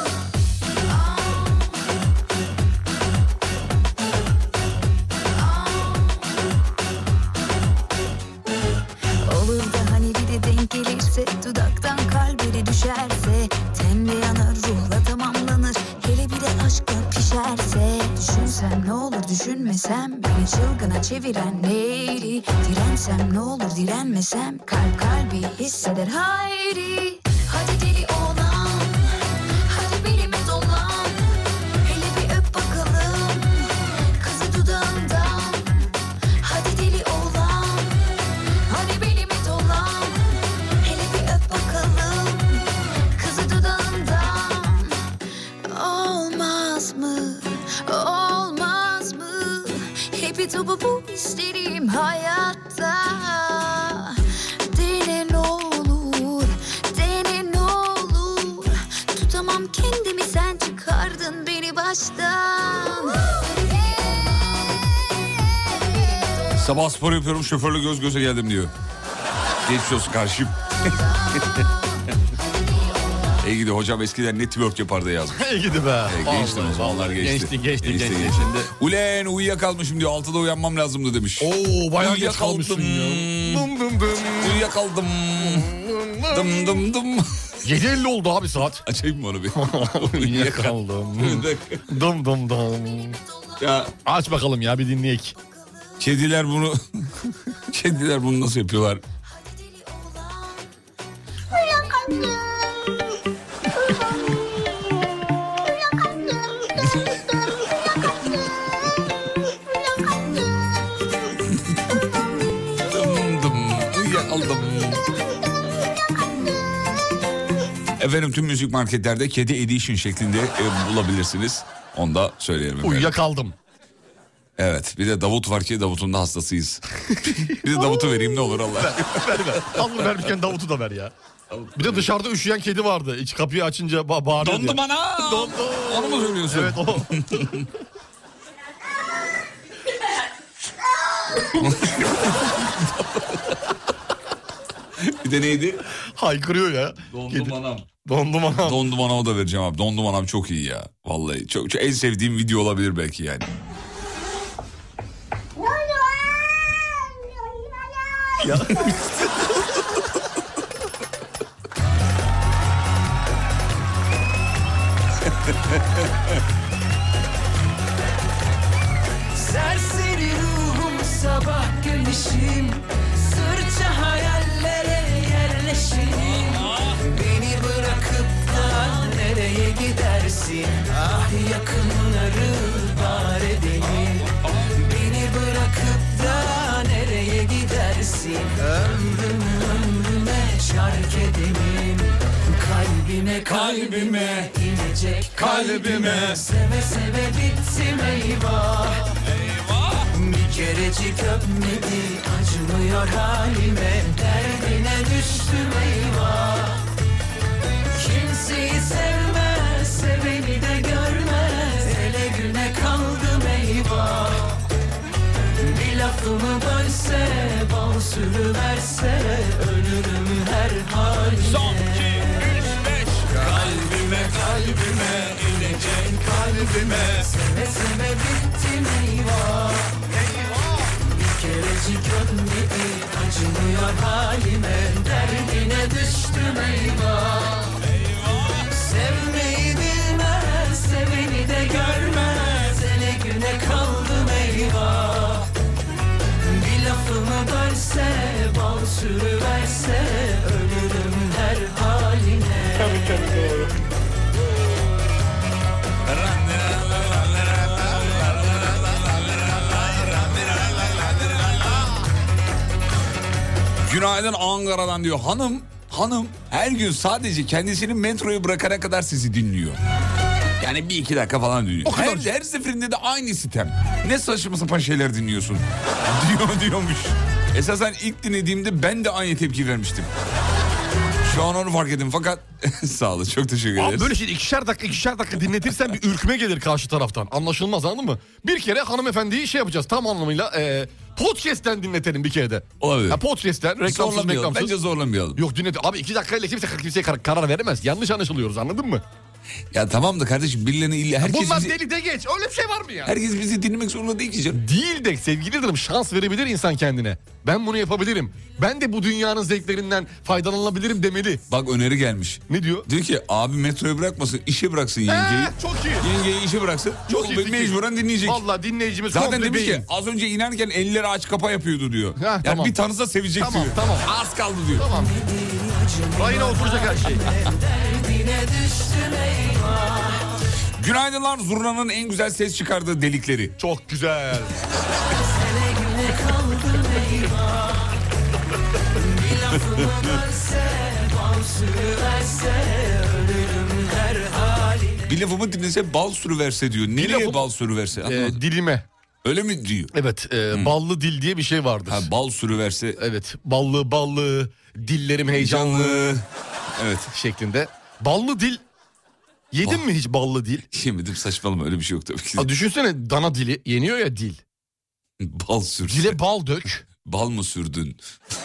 Olur da hani bir de denk gelirse dudaktan kalbine düşerse, tenle yanar ruhla tamamlanır hele bir de aşkla pişerse. Düşünsem ne olur düşünmesem beni çılgına çeviren neydi? Dirensem ne olur direnmesem kalp kalbi hisseder haydi. Hadi deli olan, hadi belime dolan, hele bir öp bakalım kızı dudağından. Hadi deli olan, hadi belime dolan, hele bir öp bakalım kızı dudağından. Olmaz mı, olmaz mı? Hepi topu bu isterim hayatta. Dene ne olur, dene ne olur. Tutamam kendimi sen çıkardın beni baştan. Sabah spor yapıyorum, şoförle göz göze geldim diyor. Geçmiş olsun karşıyım. İyi gidi hocam, eskiden network yapardı yazmış. İyi gidi be. Gençtim o zamanlar, geçti. Geçti. Şimdi. Ulen uyuyakalmışım diyor, 6'da uyanmam lazımdı demiş. Oo bayağı geç kalmışsın ya. Uyuyakaldım. Dım dım dım. 7:50 oldu abi saat. Açayım mı onu bir? Uyuyakaldım. Dım dım dım. Ya aç bakalım ya, bir dinleyek. Kediler bunu nasıl yapıyorlar? Efendim tüm müzik marketlerde kedi edition şeklinde bulabilirsiniz. Onu da söyleyelim efendim. Uyuyakaldım. Evet, bir de Davut var ki Davut'un da hastasıyız. Bir de Davut'u vereyim ne olur Allah. Ver. Al bunu vermişken Davut'u da ver ya. Bir de dışarıda üşüyen kedi vardı. İç kapıyı açınca bağırıyor. Dondum ana. Dondum. Onu mu söylüyorsun? Evet o. Bir de neydi? Haykırıyor ya. Dondum anam. Dondum anam. Dondum anamı da vereceğim abi. Dondum anam çok iyi ya. Vallahi çok en sevdiğim video olabilir belki yani. Ya. Serseri ruhum sabah güneşim, sırça hayallere yerleşim. Beni bırakıp da nereye gidersin? Ah yakınları var edelim. Beni bırakıp da nereye gidersin? Ömrüme şark edelim. Kalbime inecek kalbime. Seve seve bittim eyvah. Bir kerecik öpmedi, acımıyor halime. Derdine düştüm eyvah. Kimseyi sevmez, seveni de görmez. Ele güne kaldım eyvah. Bir lafımı bölse, bal sürüverse, ölürüm her haline. Son 2, 3, 5. Kalbime inecek kalbime. Seve seve bittim eyvah. Bir kerecik öpmedi, acımıyor halime. Derdine düştüm eyvah. Sevmeyi bilmez, seveni de görmez. Ele güne kaldım eyvah. Bir lafımı bölse, bal sürüverse, ölürüm her haline. Tabii doğru. Günaydın Ankara'dan diyor. Hanım her gün sadece kendisini metroyu bırakana kadar sizi dinliyor. Yani 1-2 dakika falan dinliyor. Her seferinde de aynı sitem. Ne saçma sapan şeyler dinliyorsun diyormuş. Esasen ilk dinlediğimde ben de aynı tepki vermiştim. Şu an onu fark ettim fakat sağ olun, çok teşekkür ederiz. Abi böyle şey ikişer dakika dinletirsen bir ürkme gelir karşı taraftan. Anlaşılmaz, anladın mı? Bir kere hanımefendiyi şey yapacağız tam anlamıyla podcast'ten dinletelim bir kere de. Olabilir. Ha, podcast'ten reklamsız. Bence zorlamayalım. Yok dinlet. Abi 2 dakikayla kimseye karar veremez. Yanlış anlaşılıyoruz, anladın mı? Ya tamam da kardeşim birilerine illa herkes Bunlar bizi... deli de geç. Öyle bir şey var mı ya? Herkes bizi dinlemek zorunda değil ki canım. Değil de sevgili dedim, şans verebilir insan kendine. Ben bunu yapabilirim. Ben de bu dünyanın zevklerinden faydalanabilirim demeli. Bak öneri gelmiş. Ne diyor? Diyor ki abi metroyu bırakmasın, işe bıraksın yengeyi. Çok iyi. Yengeyi işe bıraksın. Çok iyi fikir. Mecburen dinleyecek. Vallahi dinleyicimiz zaten komple demiş beyin. ki az önce inerken elleri aç kapa yapıyordu diyor. Ha, yani tamam. bir tanısa sevecek Tamam, diyor. tamam. Az kaldı diyor. Tamam. Rayına oturacak her şey. Derdine düştüm eyvah. Günaydınlar, zurnanın en güzel ses çıkardığı delikleri. Çok güzel. Sene güne kaldım eyvah. Bir lafımı bölse, bal sürüverse, ölürüm her haline. Bir lafımı dinlese bal sürüverse diyor. Nereye bal sürüverse? Dilime. Öyle mi diyor? Evet, ballı dil diye bir şey vardır. Ha, bal sürüverse. Evet, ballı, dillerim heyecanlı. Evet. Şeklinde. Ballı dil. Yedin mi hiç ballı dil? Yemedim, saçmalama, öyle bir şey yok tabii ki. Düşünsene, dana dili yeniyor ya, dil. Bal sürse. Dile bal dök. Bal mı sürdün?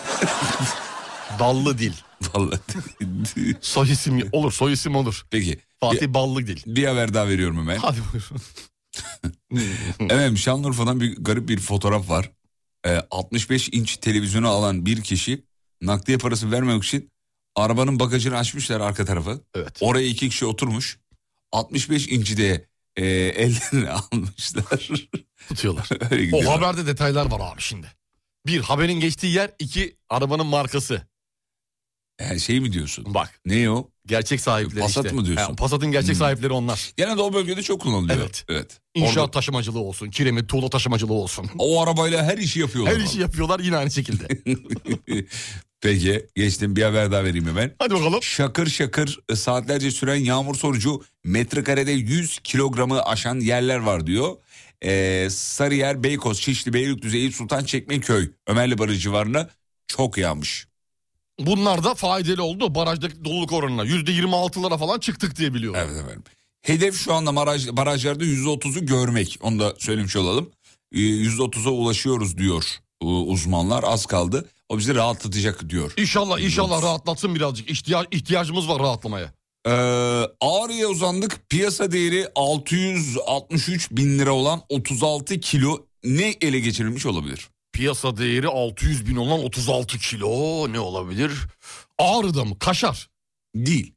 Ballı dil. Vallahi. Soy isim olur, soy isim olur. Peki. Fatih Ballı dil. Bir haber daha veriyorum hemen. Hadi buyurun. Evet, Şanlıurfa'dan bir garip bir fotoğraf var. 65 inç televizyonu alan bir kişi nakliye parası vermemek için arabanın bagajını açmışlar, arka tarafı. Evet. Oraya 2 kişi oturmuş. 65 inci de ellerine almışlar. Tutuyorlar. Öyle O gidiyorlar. haberde detaylar var abi şimdi. 1. Haberin geçtiği yer. 2. Arabanın markası. Şey mi diyorsun? Bak. Ne o? Gerçek sahipleri Passat işte. mı diyorsun? Passat'ın gerçek sahipleri onlar. Genelde o bölgede çok kullanılıyor. Evet. İnşaat taşımacılığı olsun, kiremit, tuğla taşımacılığı olsun. O arabayla her işi yapıyorlar. Her işi yapıyorlar yine aynı şekilde. Peki, geçtim, bir haber daha vereyim hemen. Hadi bakalım. Şakır şakır saatlerce süren yağmur sonucu metrekarede 100 kilogramı aşan yerler var diyor. Sarıyer, Beykoz, Şişli, Beylikdüzü, Eyüp Sultan, Çekmeköy, Ömerli Barajı civarına çok yağmış. Bunlar da faydalı oldu barajdaki doluluk oranına. %26'lara falan çıktık diye biliyorum. Evet efendim. Hedef şu anda barajlarda %30'u görmek. Onu da söylemiş olalım. %30'a ulaşıyoruz diyor uzmanlar. Az kaldı. O bizi rahatlatacak diyor. İnşallah rahatlatsın birazcık. İhtiyacımız var rahatlamaya. Ağrı'ya uzandık. Piyasa değeri 663 bin lira olan 36 kilo ne ele geçirilmiş olabilir? Piyasa değeri 600 bin olan 36 kilo ne olabilir? Ağrı'da mı? Kaşar. Değil.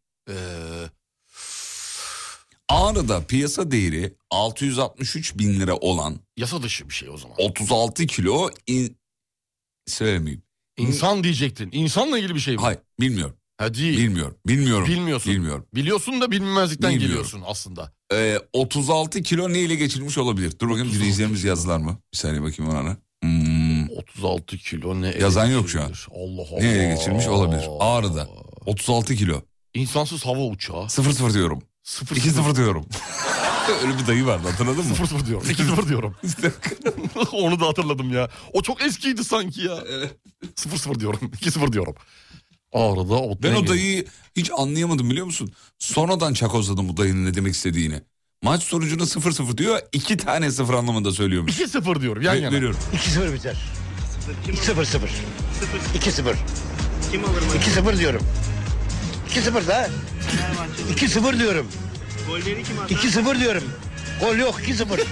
Ağrı'da piyasa değeri 663 bin lira olan... Yasa dışı bir şey o zaman. 36 kilo... Söylemeyeyim. İnsan diyecektin. İnsanla ilgili bir şey mi? Hayır, bilmiyorum. Ha değil. Bilmiyorum. Bilmiyorsun. Bilmiyorum. Biliyorsun da bilmemezlikten Bilmiyorum. geliyorsun aslında. 36 kilo ne ile geçirilmiş olabilir? Dur bakayım, dinleyicilerimiz yazdılar mı? Bir saniye bakayım ona. 36 kilo ne? Yazan yok şu an. Allah Allah. Ne ile geçirilmiş olabilir? Ağrı'da. 36 kilo. İnsansız hava uçağı. 0-0 diyorum. 2-0 diyorum. Öyle bir dayı vardı, hatırladın mı? 0-0 diyorum. 2-0 diyorum. Onu da hatırladım ya. O çok eskiydi sanki ya. 0-0 diyorum. 2-0 diyorum. Ağrı'da ben o dayıyı hiç anlayamadım, biliyor musun? Sonradan çakozladım bu dayının ne demek istediğini. Maç sonucuna 0-0 diyor. 2 tane 0 anlamında söylüyormuş. 2-0 diyorum yan yana. Veriyorum. 2-0 biter. 2-0. 2-0. Kim alır mı? 2-0 diyorum. 2-0 da. 2-0 diyorum. Golleri kim atar? 2-0 diyorum. Gol yok, 2-0. 0-0.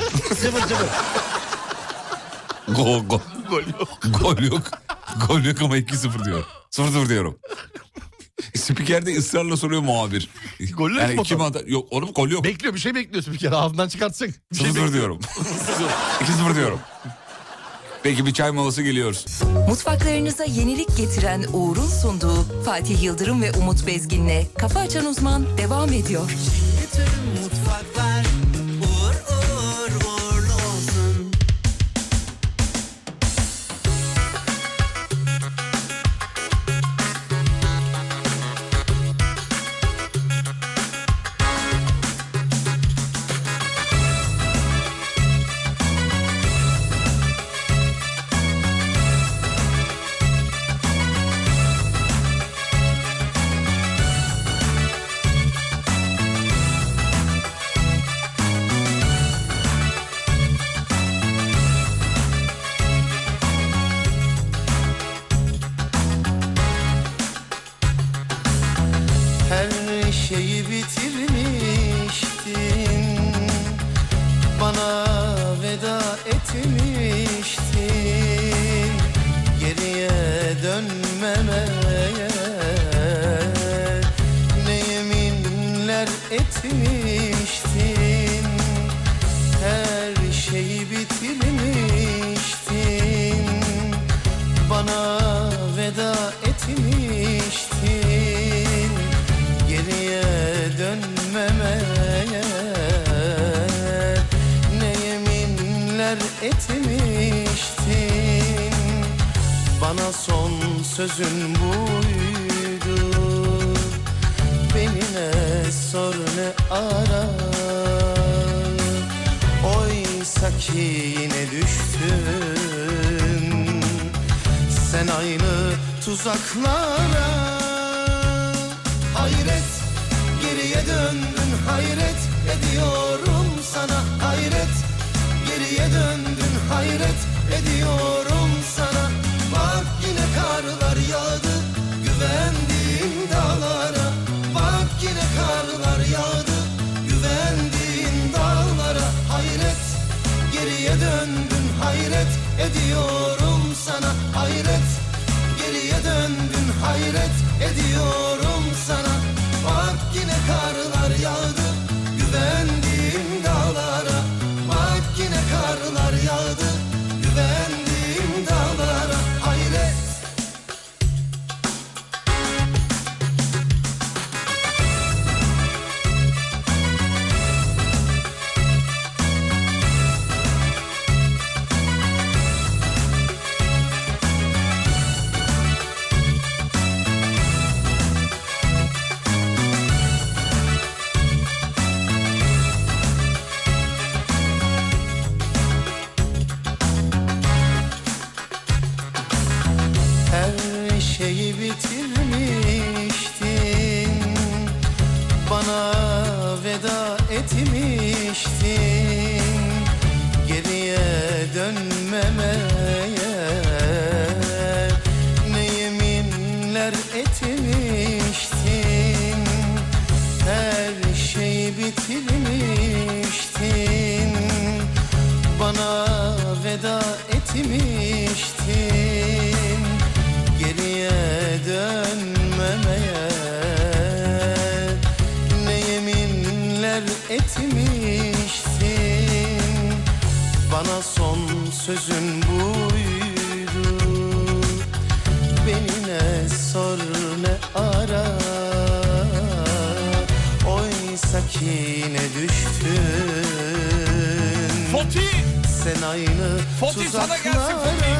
Gol yok. Gol yok ama 2-0 diyor. 0-0 diyorum. Spiker de ısrarla soruyor muhabir. Goller yani kim atar? Yok oğlum, gol yok. Bekliyor, bir şey bekliyorsun bir kere ağzından çıkartsın. 0-0 diyorum. 2-0 diyorum. Peki, bir çay molası geliyoruz. Mutfaklarınıza yenilik getiren Uğur'un sunduğu Fatih Yıldırım ve Umut Bezgin'le Kafa Açan Uzman devam ediyor. Bütün mutfaklar uğur uğur uğurlu olsun. Her şeyi bitirmiştin, bana veda etmiştin. Geriye dönmemeye ne yeminler etmiştin. Her şeyi bitirmiştin, bana veda etmiştin. Geriye dönmemeye ne yeminler etmiştin. Bana son sözün buydu, beni ne sor ne ara. Oysa ki yine düştün sen aynı tuzaklara. Hayret, geriye döndün, hayret ediyorum sana. Hayret, geriye döndün, hayret ediyorum sana. Bak yine karlar yağdı güvendiğim dağlara. Bak yine karlar yağdı güvendiğim dağlara. Hayret, geriye döndün, hayret ediyorum sana. Hayret, geriye döndün, hayret ediyorum sana. Bak yine karlar yağdı güvendiğim dağlara. Bak yine karlar yağdı güvendiğim dağlara. Hayret. Her şeyi bitirmiştin, bana veda etmiştin. Geriye dönmemeye ne yeminler etmiştin. Her şeyi bitirmiştin, bana veda etmiştin. Geriye dönmemeye ne yeminler etmiştin. Bana son sözün buydu, beni ne sor ne ara. Oysa ki ne düştün Foti! sen aynı Foti sana gelsin tuzaklara. Foti!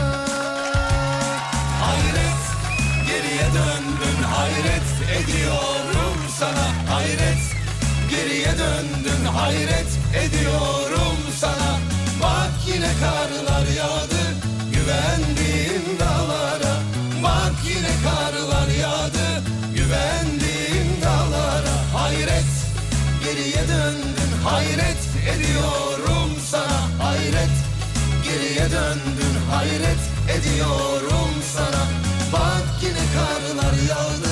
Hayret, geriye döndün, hayret ediyorum sana. Hayret, geriye döndün, hayret ediyorum sana. Bak yine karlar yağdı güvendiğim dağlara. Bak yine karlar yağdı güvendiğim dağlara. Hayret, geriye döndün, hayret ediyorum sana. Hayret, geriye döndün, hayret ediyorum sana. Bak yine karlar yağdı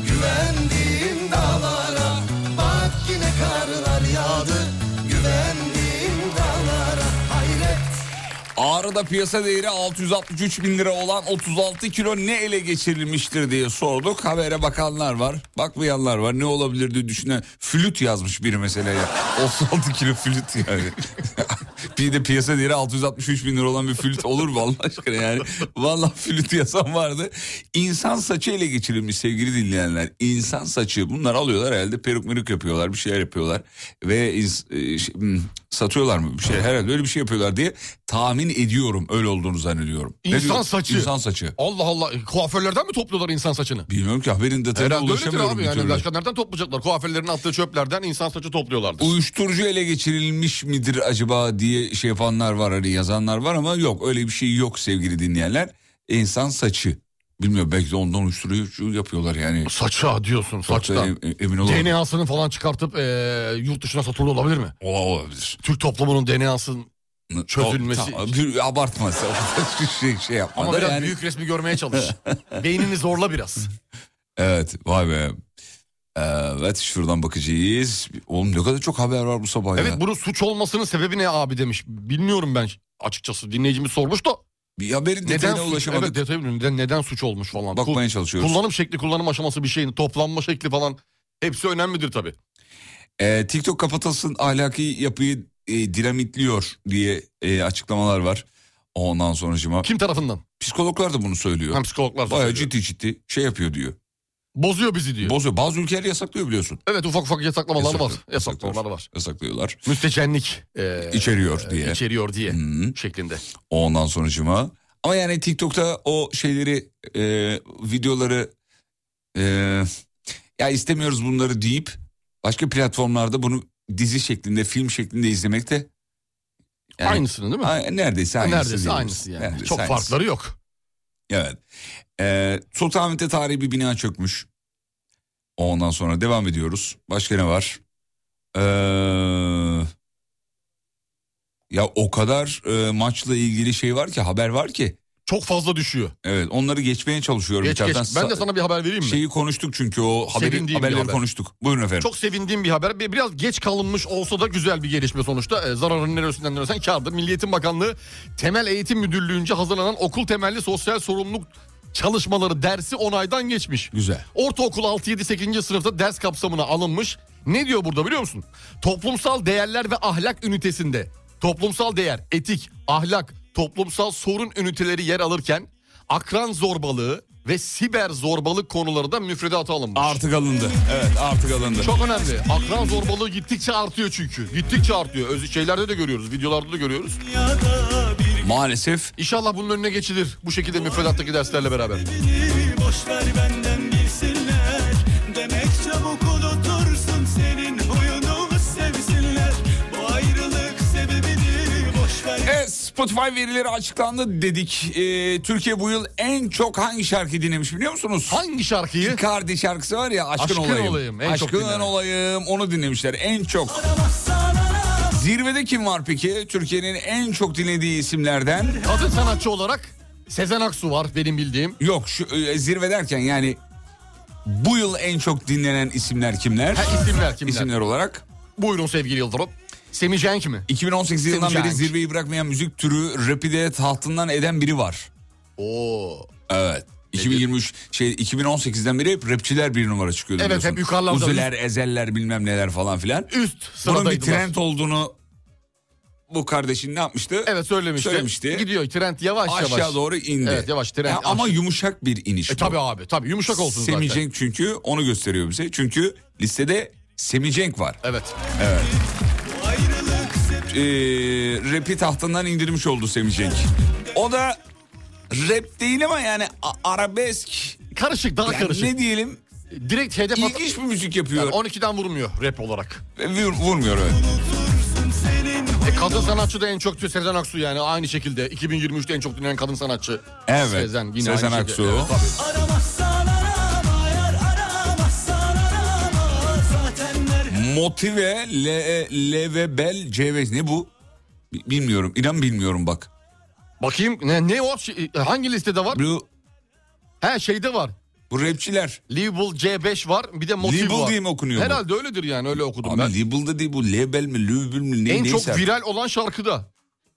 güvendiğim dağlara. Bak yine karlar yağdı güvendiğim dağlara. Hayret. Ağrı'da piyasa değeri 663 bin lira olan 36 kilo ne ele geçirilmiştir diye sorduk. Habere bakanlar var, bakmayanlar var. Ne olabilir diye düşünen, flüt yazmış biri mesela ya. 36 kilo flüt yani. Bir de piyasa değeri 663 bin lira olan bir flüt olur mu Allah aşkına yani. Vallahi flüt yazan vardı. İnsan saçı ele geçirilmiş sevgili dinleyenler. İnsan saçı, bunlar alıyorlar herhalde, peruk meruk yapıyorlar, bir şeyler yapıyorlar. Ve satıyorlar mı bir şey, herhalde öyle bir şey yapıyorlar diye tahmin ediyorum, öyle olduğunu zannediyorum. İnsan saçı. İnsan saçı. Allah Allah, kuaförlerden mi topluyorlar insan saçını? Bilmiyorum ki, haberin detayına herhalde öyledir ulaşamıyorum abi, bir yani türlü. başka nereden toplayacaklar? Kuaförlerin attığı çöplerden insan saçı topluyorlardır. Uyuşturucu ele geçirilmiş midir acaba diye şey yapanlar var, hani yazanlar var ama yok, öyle bir şey yok sevgili dinleyenler. İnsan saçı. Bilmiyorum, belki de ondan uyuşturucu yapıyorlar yani. Saça diyorsun, saçtan. Emin olamam. DNA'sını falan çıkartıp yurt dışına satılıyor olabilir mi? Olabilir. Türk toplumunun DNA'sının çözülmesi. Tamam, bir abartma şey yapma. Ama biraz yani... büyük resmi görmeye çalış. Beynini zorla biraz. Evet, vay be. Evet, şuradan bakacağız. Oğlum ne kadar çok haber var bu sabah ya. Evet, bunun suç olmasının sebebi ne abi demiş. Bilmiyorum ben açıkçası, dinleyicimiz sormuş da. Bir haberin detayına ulaşamadık. Evet, detayı neden suç olmuş falan. Bakmaya çalışıyoruz. Kullanım şekli, kullanım aşaması bir şeyin, toplanma şekli falan. Hepsi önemlidir tabii. TikTok kapatılsın, ahlaki yapıyı dinamitliyor diye açıklamalar var. Ondan sonracığıma. Kim tarafından? Psikologlar da bunu söylüyor. Hem psikologlar da bayağı söylüyor. ciddi şey yapıyor diyor. Bozuyor bizi diyor. Bozuyor. Bazı ülkeler yasaklıyor biliyorsun. Evet, ufak ufak yasaklamalar var. Yasaklamalar var. Yasaklıyorlar. Müstecenlik içeriyor diye. İçeriyor diye şeklinde. Ondan sonracığıma. Ama yani TikTok'ta o şeyleri, videoları ya istemiyoruz bunları deyip başka platformlarda bunu dizi şeklinde, film şeklinde izlemek de yani, aynısını değil mi? Neredeyse aynısı. Neredeyse aynısı yani. Neredeyse çok aynısı. farkları yok. Evet. Sultanahmet'te tarihi bir bina çökmüş. Ondan sonra devam ediyoruz. Başka ne var? Ya o kadar maçla ilgili şey var ki, haber var ki. Çok fazla düşüyor. Evet, onları geçmeye çalışıyorum. Geç. Ben de sana bir haber vereyim mi? Şeyi konuştuk çünkü, o haberleri konuştuk. Buyurun efendim. Çok sevindiğim bir haber. Biraz geç kalınmış olsa da güzel bir gelişme sonuçta. Zararın neresinden dönersen kârdır. Milli Eğitim Bakanlığı Temel Eğitim Müdürlüğü'nce hazırlanan okul temelli sosyal sorumluluk çalışmaları dersi onaydan geçmiş. Güzel. Ortaokul 6-7-8. sınıfta ders kapsamına alınmış. Ne diyor burada biliyor musun? Toplumsal değerler ve ahlak ünitesinde toplumsal değer, etik, ahlak, toplumsal sorun üniteleri yer alırken akran zorbalığı ve siber zorbalık konuları da müfredata alınmış. Artık alındı. Evet, artık alındı. Çok önemli. Akran zorbalığı gittikçe artıyor çünkü. Gittikçe artıyor. Şeylerde de görüyoruz, videolarda da görüyoruz. Maalesef. İnşallah bunun önüne geçilir. Bu şekilde müfredattaki derslerle beraber. Boş ver benden bilsinler. Demek çabuk unutursun, senin huyunu sevsinler. Bu ayrılık sebebini boş ver. Evet, Spotify verileri açıklandı dedik. Türkiye bu yıl en çok hangi şarkı dinlemiş biliyor musunuz? Hangi şarkıyı? Icardi şarkısı var ya, Aşkın Olayım. Aşkın Olayım, onu dinlemişler en çok. Zirvede kim var peki? Türkiye'nin en çok dinlediği isimlerden. Kadın sanatçı olarak Sezen Aksu var benim bildiğim. Yok, şu zirve derken yani bu yıl en çok dinlenen isimler kimler? İsimler. İsimler olarak. Buyurun sevgili Yıldırım. Semih Cenk mi? 2018 yılından Semih beri Cenk. zirveyi bırakmayan müzik türü rap'i de tahtından eden biri var. Oo. Evet. 2018'den beri hep rapçiler bir numara çıkıyordu. Evet, hep yukarılarda. Uziler, Ezeller, bilmem neler falan filan. Üst sıradaydılar. Bunun bir trend olduğunu bu kardeşin ne yapmıştı? Evet, söylemişti. Gidiyor trend yavaş. Aşağı doğru indi. Evet, yavaş trend. Ama yumuşak bir iniş. Tabii abi, tabii yumuşak olsun zaten. Semih Cenk çünkü onu gösteriyor bize. Çünkü listede Semih Cenk var. Evet. Rap'i tahtından indirmiş oldu Semih Cenk. O da rap değil ama yani arabesk. Karışık, daha yani karışık. Ne diyelim? Direkt hedef İlginç bir müzik yapıyor. Yani 12'den vurmuyor rap olarak. Vurmuyor evet. Kadın sanatçı da en çok Sezen Aksu, yani aynı şekilde 2023'te en çok dinlenen kadın sanatçı. Evet. Sezen, yine Sezen aynı Aksu. Evet, Motive, L ve Bel, C5 ne bu? Bilmiyorum. İnan bilmiyorum bak. Bakayım ne o? Hangi listede var? Bu şeyde var. Bu rapçiler. Label C5 var, bir de Motive Label var. diye mi okunuyor Herhalde bu? Öyledir yani, öyle okudum abi ben. Abi Label'da değil bu, Label mi, Label mi en neyse. çok viral olan şarkıda.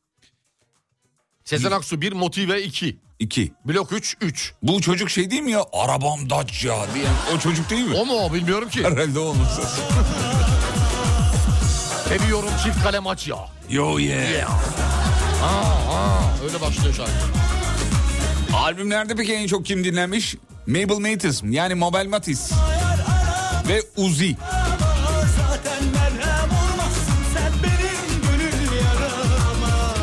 Sezen Aksu 1, Motive 2. 2. Blok 3. Bu çocuk şey değil mi ya? Arabam Dacia diyen o çocuk değil mi? O mu o, bilmiyorum ki. Herhalde olmuşsa. Seviyorum çift kalem aç ya. Yo yeah. Öyle başlıyor şarkı. Albümlerde peki en çok kim dinlenmiş? Mabel Mattis yani Mabel Mattis ve Uzi. Zaten merhem olmazsın sen benim gönül yarama.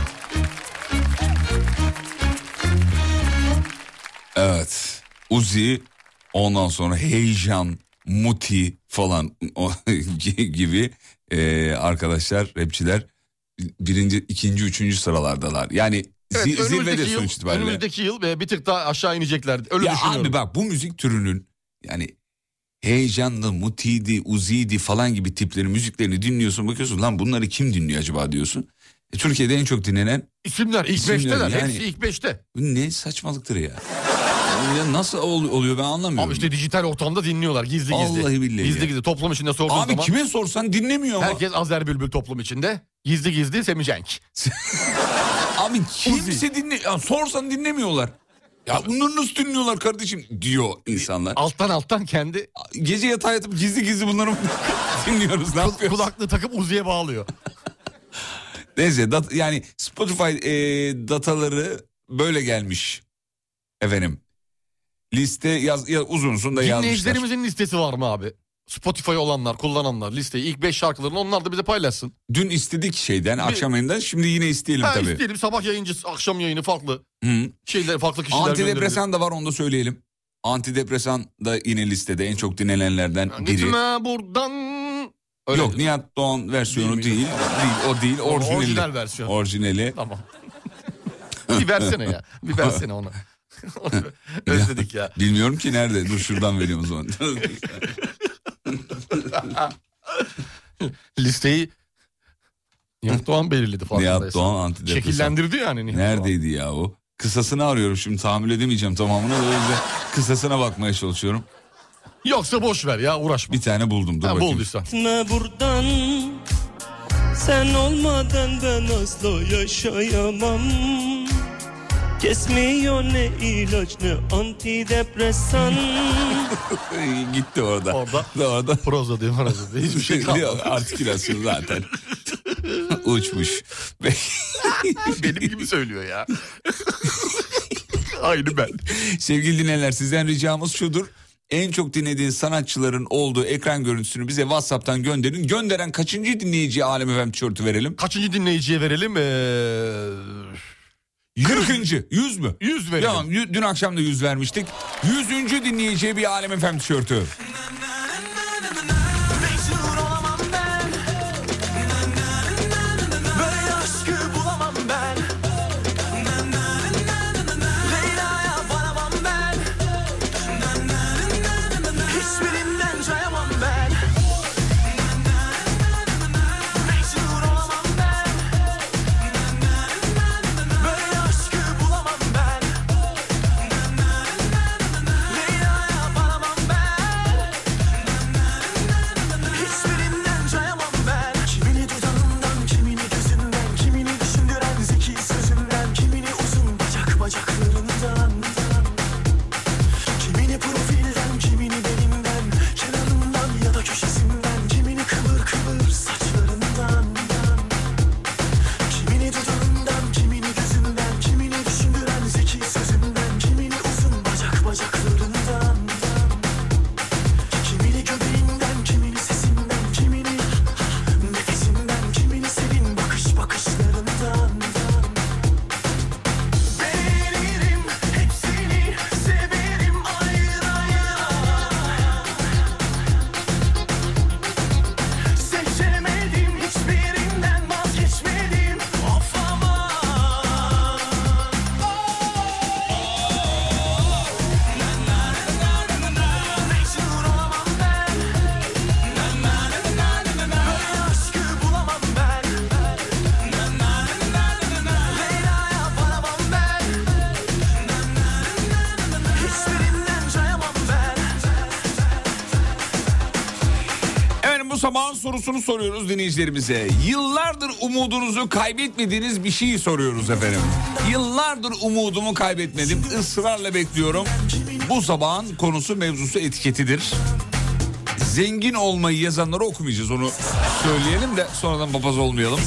Evet. Uzi, ondan sonra Heyecan, Muti falan gibi arkadaşlar, rapçiler birinci, ikinci, üçüncü sıralardalar. Yani evet, zirvede sonuç itibariyle. Önümüzdeki yıl bir tık daha aşağı inecekler. Öyle düşünüyorum. Abi bak, bu müzik türünün yani Heyecanlı, Muti'di, Uzi'di falan gibi tiplerin müziklerini dinliyorsun, bakıyorsun lan bunları kim dinliyor acaba diyorsun. Türkiye'de en çok dinlenen İsimler ilk 5'teler. Yani, hepsi ilk 5'te. Bu ne saçmalıktır ya. Ya nasıl oluyor ben anlamıyorum. Abi işte dijital ortamda dinliyorlar gizli. Vallahi billahi. Gizli toplum içinde sorduğun zaman. Abi kime sorsan dinlemiyor ama. Herkes Azer Bülbül toplum içinde. Gizli Semih Cenk. Abi kimse dinle, sorsan dinlemiyorlar. Ya bunları nasıl dinliyorlar kardeşim diyor insanlar. Alttan kendi. Gece yatağa yatıp gizli bunları dinliyoruz, ne yapıyoruz? Kulaklığı takıp Uzi'ye bağlıyor. Neyse yani Spotify dataları böyle gelmiş efendim. Liste uzunsun da yazmışlar. Dinleyicilerimizin listesi var mı abi? Spotify olanlar, kullananlar listeyi ilk 5 şarkılarını onlar da bize paylaşsın. Dün istedik akşam yayından, şimdi yine isteyelim tabii. İsteyelim, sabah yayıncı, akşam yayını farklı. Farklı kişiler. Antidepresan da var, onu da söyleyelim. Antidepresan da yine listede en çok dinlenenlerden biri. Gitme buradan. Öyle yok, Nihat Doğan versiyonu değil. O değil, orijinali. Orijinal versiyon. Orijinali. Tamam. Bir versene ya. Bir versene onu. Özledik ya. Bilmiyorum ki nerede. Dur şuradan vereyim o zaman. Listeyi Nihat Doğan belirledi farkındaysan. Nihat Doğan antidepresan. Şekillendirdi yani Nihat Neredeydi ya o? Kısasını arıyorum şimdi, tahammül edemeyeceğim tamamını. O yüzden kısasına bakmaya çalışıyorum. Yoksa boş ver ya, uğraşma. Bir tane buldum, dur bakayım. Bulduysan. Ne buradan, sen olmadan ben asla yaşayamam. Kesmiyor ne ilaç ne antidepresan. Gitti orada. Orada. Proza değil. Hiçbir şey kalmadı. Artikülasyon zaten. Uçmuş. Benim gibi söylüyor ya. Aynı ben. Sevgili dinleyenler, sizden ricamız şudur. En çok dinlediğin sanatçıların olduğu ekran görüntüsünü bize WhatsApp'tan gönderin. Gönderen kaçıncı dinleyiciye Alem FM tişörtü verelim? Kaçıncı dinleyiciye verelim? 40. 100 mü? 100 verelim. Tamam, dün akşam da 100 vermiştik. 100. dinleyiciye bir Alem FM tişörtü. Sabahın sorusunu soruyoruz dinleyicilerimize. Yıllardır umudunuzu kaybetmediğiniz bir şeyi soruyoruz efendim. Yıllardır umudumu kaybetmedim, ısrarla bekliyorum. Bu sabahın konusu, mevzusu etiketidir. Zengin olmayı yazanları okumayacağız, onu söyleyelim de sonradan papaz olmayalım.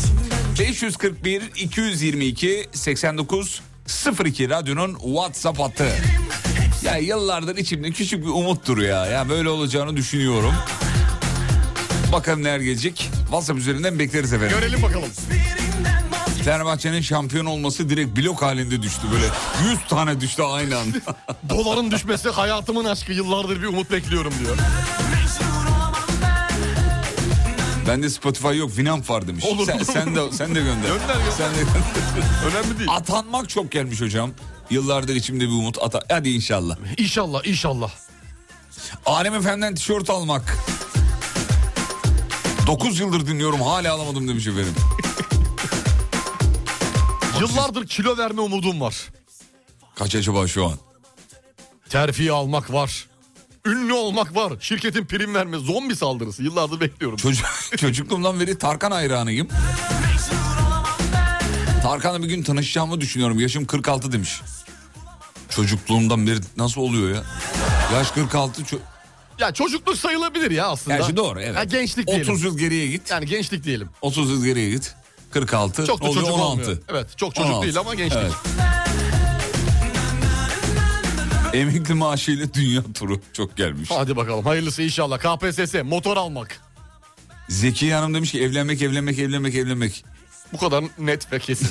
541 222 89 02 radyonun WhatsApp hattı. Ya yıllardır içimde küçük bir umuttur ya. Ya böyle olacağını düşünüyorum. Bakalım neler gelecek. WhatsApp üzerinden bekleriz efendim. Görelim bakalım. Fenerbahçe'nin şampiyon olması direkt blok halinde düştü. Böyle 100 tane düştü aynı anda. Doların düşmesi hayatımın aşkı, yıllardır bir umut bekliyorum diyor. Bende Spotify yok, Winamp var demiş. Olur, sen de gönder. Sen de Önemli değil. Atanmak çok gelmiş hocam. Yıllardır içimde bir umut. Hadi inşallah. İnşallah. Alem FM'den tişört almak. 9 yıldır dinliyorum, hala alamadım demiş efendim. Yıllardır kilo verme umudum var. Kaç acaba şu an? Terfi almak var. Ünlü olmak var. Şirketin prim verme, zombi saldırısı. Yıllardır bekliyorum. Çocukluğumdan beri Tarkan hayranıyım. Tarkan'la bir gün tanışacağımı düşünüyorum. Yaşım 46 demiş. Çocukluğumdan beri nasıl oluyor ya? Yaş 46... Ya çocukluk sayılabilir ya aslında. Gerçi doğru, evet. Ya gençlik diyelim. 30 yıl geriye git. Yani gençlik diyelim. 30 yıl geriye git. 46. Çok da oluyor, çocuk 16. olmuyor. Evet, çok çocuk 16. değil ama gençlik. Evet. Emekli maaşıyla dünya turu çok gelmiş. Hadi bakalım, hayırlısı inşallah. KPSS, motor almak. Zekiye Hanım demiş ki evlenmek. Bu kadar net ve kesin.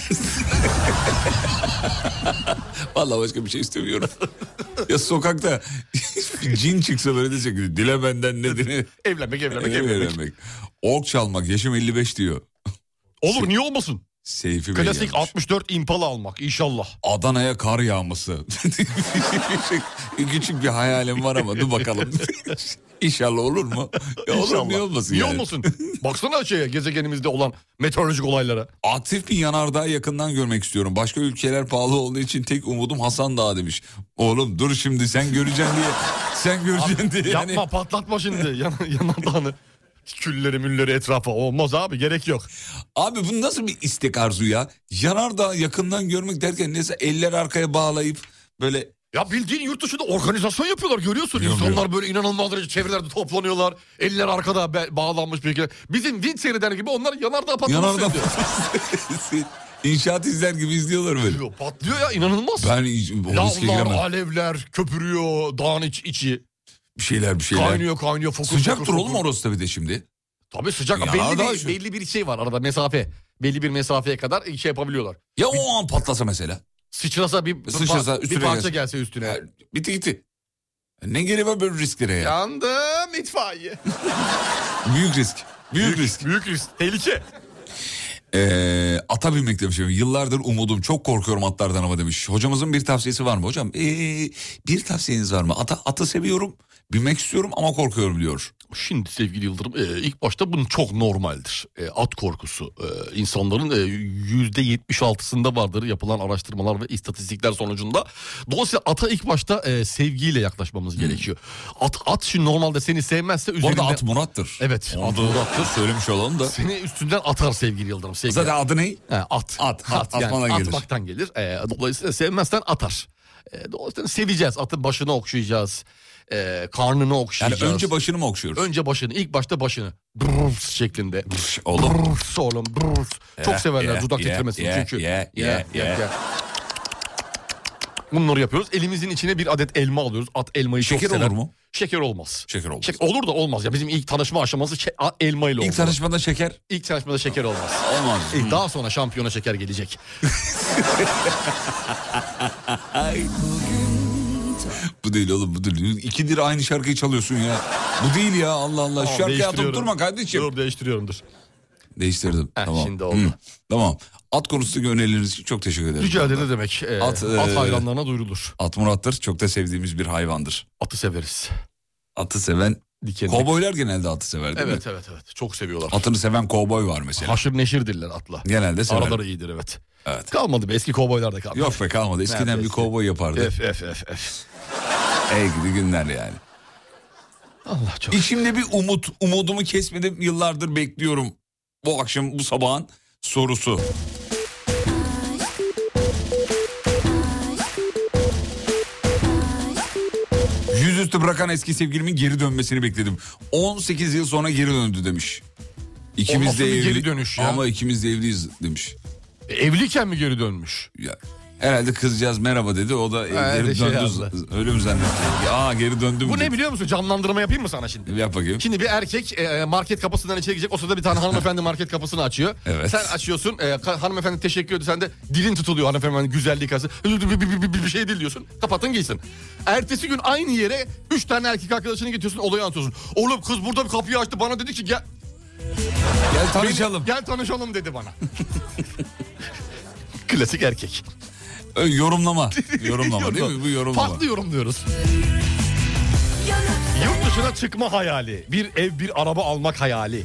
Vallahi başka bir şey istemiyorum. Ya sokakta cin çıksa böyle diyecek ki dile benden nedeni. Evlenmek. Ork çalmak, yaşım 55 diyor. Olur, niye olmasın? Seyfi Bey Klasik gelmiş. 64 Impala almak inşallah. Adana'ya kar yağması. Küçük bir hayalim var ama dur bakalım. İnşallah olur mu? Ya olur mu? Niye olmasın Niye yani? olmasın? Baksana gezegenimizde olan meteorolojik olaylara. Aktif bir yanardağı yakından görmek istiyorum. Başka ülkeler pahalı olduğu için tek umudum Hasan Dağı demiş. Oğlum dur şimdi sen göreceksin diye. Sen göreceksin diye. Yapma Yani. patlatma şimdi yanardağını. Külleri mülleri etrafa olmaz abi, gerek yok. Abi bu nasıl bir istek arzu ya? Yanardağı yakından görmek derken neyse eller arkaya bağlayıp böyle... Ya bildiğin yurt dışında organizasyon yapıyorlar, görüyorsun. İnsanlar böyle inanılmaz derece çevrelerde toplanıyorlar. Eller arkada bağlanmış bir şekilde. Bizim Wind seyreder gibi onlar yanardağ patlaması ediyor. İnşaat izler gibi izliyorlar böyle. Patlıyor ya, inanılmaz. Ben lavlar, alevler köpürüyor dağın içi. Bir şeyler. Kaynıyor fokur. Sıcaktır oğlum orası tabii de şimdi. Tabii sıcak. Belli bir şey var arada, mesafe. Belli bir mesafeye kadar şey yapabiliyorlar. Ya o an patlasa mesela? Sıçrasa bir parça gelse üstüne. Bitti gitti. Ne gerek var böyle risklere ya? Yandım itfaiye. Büyük risk. Büyük risk. Tehlike. Ata binmek demiş. Yıllardır umudum, çok korkuyorum atlardan ama demiş. Hocamızın bir tavsiyesi var mı hocam? Bir tavsiyeniz var mı? Atı seviyorum, binmek istiyorum ama korkuyorum diyor. Şimdi sevgili Yıldırım, ilk başta bunun çok normaldir. At korkusu insanların %76'sında vardır yapılan araştırmalar ve istatistikler sonucunda. Dolayısıyla ata ilk başta sevgiyle yaklaşmamız gerekiyor. At şimdi normalde seni sevmezse üzerinden... Orada at Murat'tır. Evet, at Murat'tır. Söylemiş olalım da. Seni üstünden atar sevgili Yıldırım. Zaten adı ne? At. Atmadan gelir. Atmaktan gelir. Dolayısıyla sevmezsen atar. Dolayısıyla seveceğiz. Atın başını okşayacağız. Karnını okşayacağız. Yani önce başını mı okşuyoruz? Önce başını. İlk başta başını. Brrrs şeklinde. Oğlum. Brrrs. Çok severler dudak titremesini çünkü. Bunları yapıyoruz. Elimizin içine bir adet elma alıyoruz. At elmayı çok sever. Şeker olur mu? Şeker olmaz. Şeker olmaz. Olur da olmaz ya. Bizim ilk tanışma aşaması elma ile olmaz. İlk tanışmada şeker? İlk tanışmada şeker olmaz. Olmaz. Daha sonra şampiyona şeker gelecek. Bu değil oğlum, bu değil. 2 lira aynı şarkıyı çalıyorsun ya. Bu değil ya, Allah Allah. Şu şarkıyı atıp durma kardeşim. Dur değiştiriyorum. Değiştirdim. Tamam. Şimdi oldu. Tamam. At konusundaki önerileriniz için çok teşekkür ederim. Rica ederim, ne demek. At hayranlarına duyurulur. At Murat'tır. Çok da sevdiğimiz bir hayvandır. Atı severiz. Atı seven... Kovboylar genelde atı sever değil mi? Evet. Çok seviyorlar. Atını seven kovboy var mesela. Haşır neşirdirler atla. Genelde sever. Araları iyidir evet. Kalmadı be, eski kovboylar da kalmadı. Yok be, kalmadı. Eskiden bir kovboy yapardı. Ey gidi günler yani. Allah çok. İçimde bir umudumu kesmedim, yıllardır bekliyorum. Bu akşam, bu sabahın sorusu. Yüzüstü bırakan eski sevgilimin geri dönmesini bekledim. 18 yıl sonra geri döndü demiş. İkimiz de evli. Geri dönüş ya. Ama ikimiz de evliyiz demiş. Evliyken mi geri dönmüş? Ya, herhalde kızcağız merhaba dedi, o da geri döndü. Öyle mi zannetti? Geri döndüm. Bu ne biliyor musun? Canlandırma yapayım mı sana şimdi? Yap bakayım. Şimdi bir erkek market kapısından içeri girecek. O sırada bir tane hanımefendi market kapısını açıyor. Evet. Sen açıyorsun. Hanımefendi teşekkür ediyor. Sen de dilin tutuluyor hanımefendi güzelliği karşısında. Bir şey değil diyorsun. Kapatın gitsin. Ertesi gün aynı yere 3 tane erkek arkadaşını getiriyorsun. Olayı anlatıyorsun. Oğlum kız burada bir kapıyı açtı. Bana dedi ki gel tanışalım. Gel tanışalım dedi bana. Klasik erkek. Yorumlama değil mi? Bu yorumlama. Farklı yorumluyoruz. Yurt dışına çıkma hayali. Bir ev, bir araba almak hayali.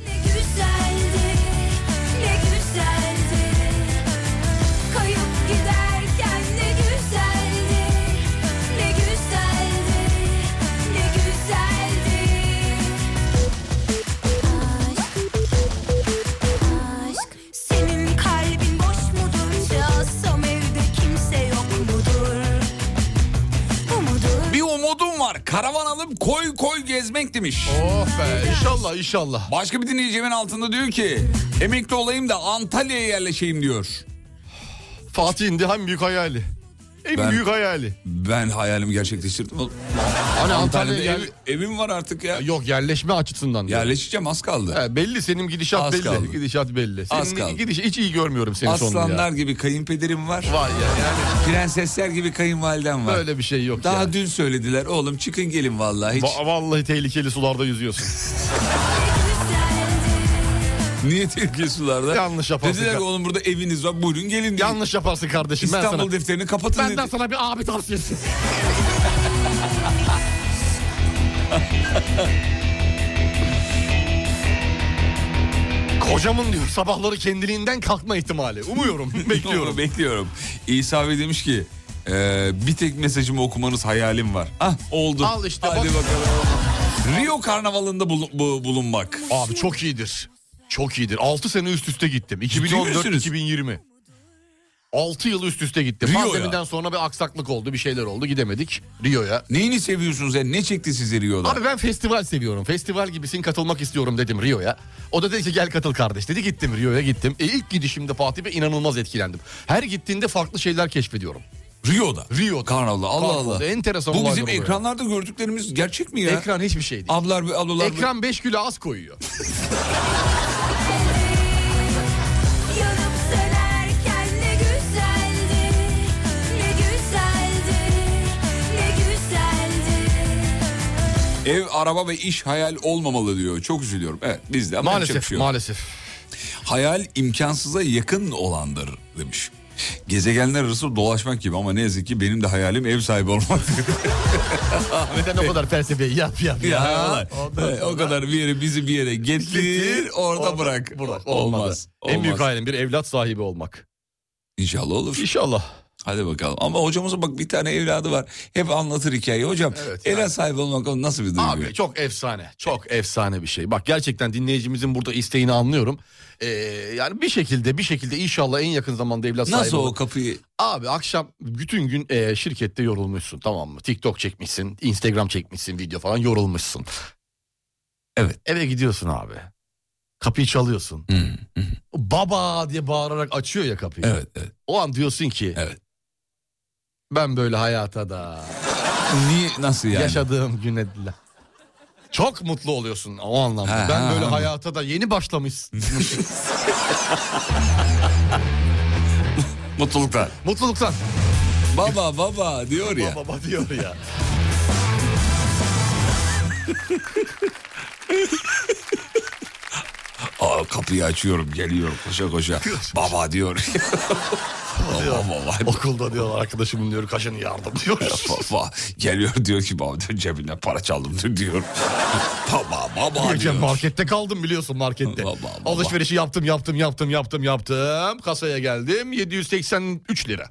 Karavan alıp koy gezmek demiş. Oh be, inşallah. Başka bir dinleyicimin altında diyor ki emekli olayım da Antalya'ya yerleşeyim diyor. Fatih'in de en büyük hayali. Büyük hayali. Ben hayalimi gerçekleştirdim. Hani Antalya'da evim var artık ya. Yok, yerleşme açısından. Yerleşeceğim, az kaldı. Belli, senin gidişat az belli. Kaldı. Gidişat belli. Senin az kaldı. Hiç iyi görmüyorum senin sonunu ya. Aslanlar gibi kayınpederim var. Vay ya yani. Prensesler gibi kayınvalidem var. Böyle bir şey yok. Daha dün söylediler, oğlum çıkın gelin vallahi. Vallahi tehlikeli sularda yüzüyorsun. Niye tehlikeli sularda? Yanlış yaparsın. Dediler ki oğlum burada eviniz var, buyurun gelin diye. Yanlış yaparsın kardeşim. İstanbul defterini kapatın dedi. Benden sana bir abi tavsiyesi. Kocamın diyor sabahları kendiliğinden kalkma ihtimali. Umuyorum, bekliyorum. Bekliyorum. İsa Bey demiş ki bir tek mesajımı okumanız hayalim var. Ah oldu. Al işte. Hadi bak. bakalım. Rio Karnavalı'nda bulunmak. Abi çok iyidir. Çok iyidir. 6 sene üst üste gittim. 2014-2020. 6 yıl üst üste gittim. Rio'ya. Pandemiden sonra bir aksaklık oldu, bir şeyler oldu, gidemedik Rio'ya. Neyini seviyorsunuz ya? Ne çekti sizi Rio'da? Abi ben festival seviyorum. Festival gibisin, katılmak istiyorum dedim Rio'ya. O da dedi ki gel katıl kardeş dedi. Gittim Rio'ya gittim. İlk gidişimde Fatih Bey inanılmaz etkilendim. Her gittiğinde farklı şeyler keşfediyorum. Rio'da. Karnaval'da. Allah Allah. Enteresan. Bu bizim ekranlarda gördüklerimiz gerçek mi ya? Ekran hiçbir şey değil. Ablalar. Ekran 5 kilo az koyuyor. Ev, araba ve iş hayal olmamalı diyor. Çok üzülüyorum. Evet biz de ama maalesef. Hayal imkansıza yakın olandır demiş. Gezegenler arası dolaşmak gibi ama ne yazık ki benim de hayalim ev sahibi olmak. Neden o kadar felsefeyi yap. Ya. O kadar bizi bir yere getir orada bırak. Olmaz. En büyük hayalim bir evlat sahibi olmak. İnşallah olur. İnşallah. Hadi bakalım. Ama hocamızın bak bir tane evladı var. Hep anlatır hikayeyi. Hocam evet, evlat sahibi olmak nasıl bir duygu? Abi çok efsane. Çok efsane bir şey. Bak gerçekten dinleyicimizin burada isteğini anlıyorum. Yani bir şekilde inşallah en yakın zamanda evlat sahibi nasıl o kapıyı? Abi akşam bütün gün şirkette yorulmuşsun, tamam mı? TikTok çekmişsin, Instagram çekmişsin, video falan, yorulmuşsun. Evet. Eve gidiyorsun abi. Kapıyı çalıyorsun. Baba diye bağırarak açıyor ya kapıyı. Evet. O an diyorsun ki evet. Ben böyle hayata da nasıl yani? Yaşadığım güne çok mutlu oluyorsun o anlamda. Ben böyle hayata da yeni başlamışım. Mutluluktan. Baba diyor ya. Baba diyor ya. Kapıyı açıyorum, geliyorum koşa. Baba diyor. Baba. Okulda diyorlar arkadaşımın diyor kaşını yardım diyor. Baba geliyor diyor ki baba diyor, cebinden para çaldım diyor. Baba diyor. Markette kaldım biliyorsun markette. Baba. Alışverişi yaptım. Kasaya geldim 783 lira.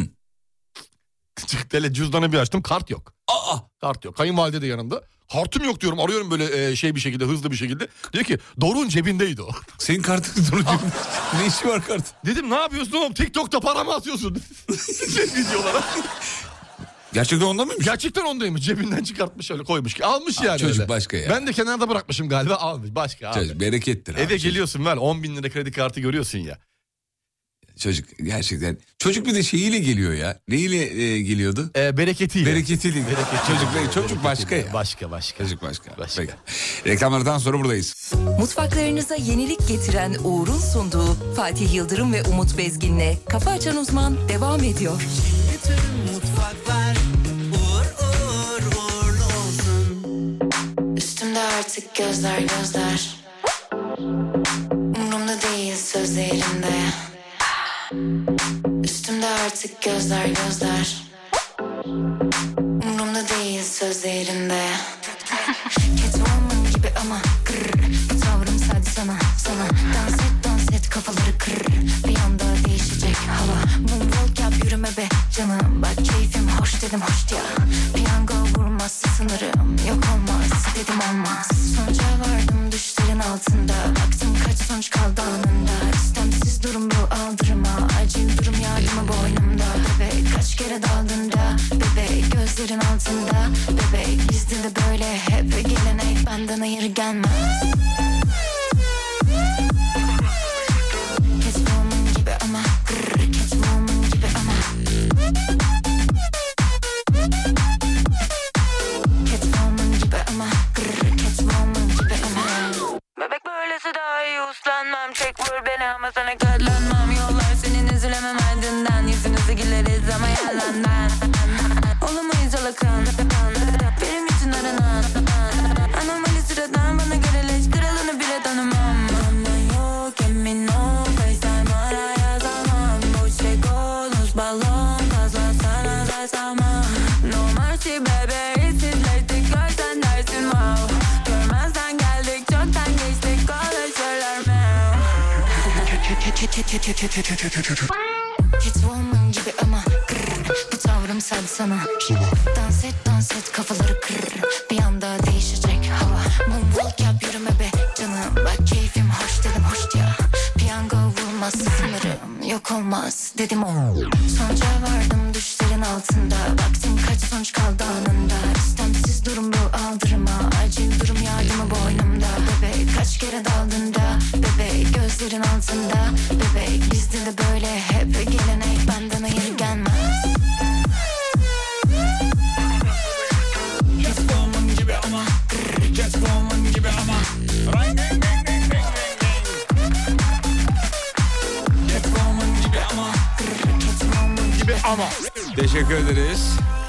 Çıktı cüzdanı bir açtım, kart yok. Kart yok. Kayınvalide de yanımda. Kartım yok diyorum, arıyorum böyle bir şekilde, hızlı bir şekilde. Diyor ki Doruk'un cebindeydi o. Senin kartın Doruk'un cebinde. Ne işi var kart? Dedim ne yapıyorsun oğlum, TikTok'ta para mı atıyorsun? Videolara. Gerçekten onda mıymış? Gerçekten ondaymış, cebinden çıkartmış öyle koymuş ki. Almış yani çocuk öyle. Başka ya. Ben de kenarda bırakmışım galiba, almış başka. Çocuk berekettir abi. Eve geliyorsun ver 10 bin lira kredi kartı görüyorsun ya. Çocuk gerçekten. Çocuk bir de şeyiyle geliyor ya. Neyle geliyordu? Bereketiyle. Bereketiyle. Çocuk başka ya. Başka. Çocuk başka. Peki. Reklamlardan sonra buradayız. Mutfaklarınıza yenilik getiren Uğur'un sunduğu Fatih Yıldırım ve Umut Bezgin'le Kafa Açan Uzman devam ediyor. Bütün mutfaklar uğurlu olsun. Üstümde artık gözler. Umrumda değil sözlerinde. Üstümde artık gözler. Umrumda değil sözlerinde. Catwoman gibi ama bu tavrım sadece sana. Dans et kafaları kır. Bir anda değişecek hava. Moonwalk yap yürüme be canım. Bak keyfim hoş dedim hoş ya. Piyango vurmazsa sınırım yok olmaz dedim olmaz. Sonuca vardım düşlerin altında. Baktım kaç sonuç kaldı anında. İstemsiz durum bu aldırma. Acil durum yardımı boynumda. Bebek kaç kere daldın da. Bebek gözlerin altında. Bebek bizde de böyle hep gelenek benden hayır gelmez. Catwoman gibi ama Catwoman gibi ama Catwoman gibi ama Catwoman gibi ama bebek böylesi daha iyi uslanmam. Çek vur beni ama sana katlanmam. Yollar senin üzülemem ardından. Yüzünüzü güleriz ama yalandan. Olamayız alakın. Benim için aranan anomali sıradan bana göre leş. Kralını bile tanımam. Benden yok emin ol. FaceTime ara yazamam. Boş şey konuş balon. Fazla sana sarsam. No mercy baby. İşsizleştik görsen dersin wow. Görmezden geldik çoktan geçtik konuşurlar mı? Catwoman gibi ama bu tavrım sen sana. Dans et kafaları kır. Bir anda değişecek hava. Moonwalk yap yürüme be canım. Bak keyfim hoş dedim hoş ya. Piyango vurmaz sınırım yok olmaz dedim o. Sonuca vardım düşlerin altında. Baktım kaç sonuç kaldı anında. İstemsiz durum bu aldırma. Acil durum yardımı boynumda. Bebek kaç kere daldın da. Bebek gözlerin altında. Bebek bizde de böyle hep gelenek benden hayır gelmez. Catwoman gibi ama. Catwoman gibi ama. Catwoman gibi ama. Catwoman gibi Ama. Teşekkür ederiz.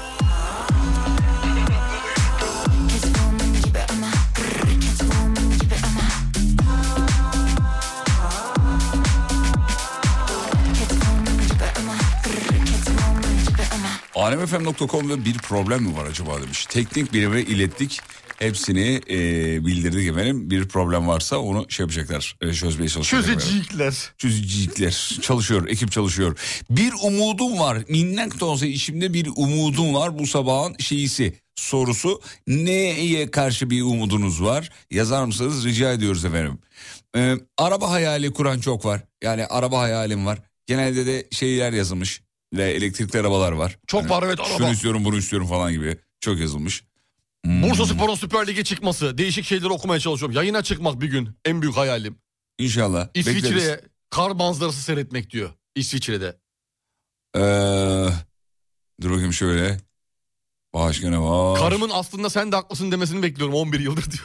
Catwoman gibi ama. Catwoman gibi ama. Catwoman gibi ama. Catwoman gibi ama. alemfm.com'da bir problem mi var acaba demiş. Teknik birime ilettik. Hepsini bildirdik efendim. Bir problem varsa onu şey yapacaklar. Çözmeye çalışacaklar. Çözücükler. Çalışıyor. Ekip çalışıyor. Bir umudum var. Minnak da olsa içimde bir umudum var. Bu sabahın sorusu. Neye karşı bir umudunuz var? Yazar mısınız? Rica ediyoruz efendim. Araba hayali kuran çok var. Yani araba hayalim var. Genelde de şeyler yazılmış. Ve elektrikli arabalar var. Çok var evet araba. Şunu istiyorum bunu istiyorum falan gibi. Çok yazılmış. Bursaspor'un Süper Lig'e çıkması. Değişik şeyleri okumaya çalışıyorum. Yayına çıkmak bir gün. En büyük hayalim. İnşallah. İsviçre'ye kar manzarası seyretmek diyor. İsviçre'de. Dur bakayım şöyle. Başka ne var? Karımın aslında sen de haklısın demesini bekliyorum 11 yıldır diyor.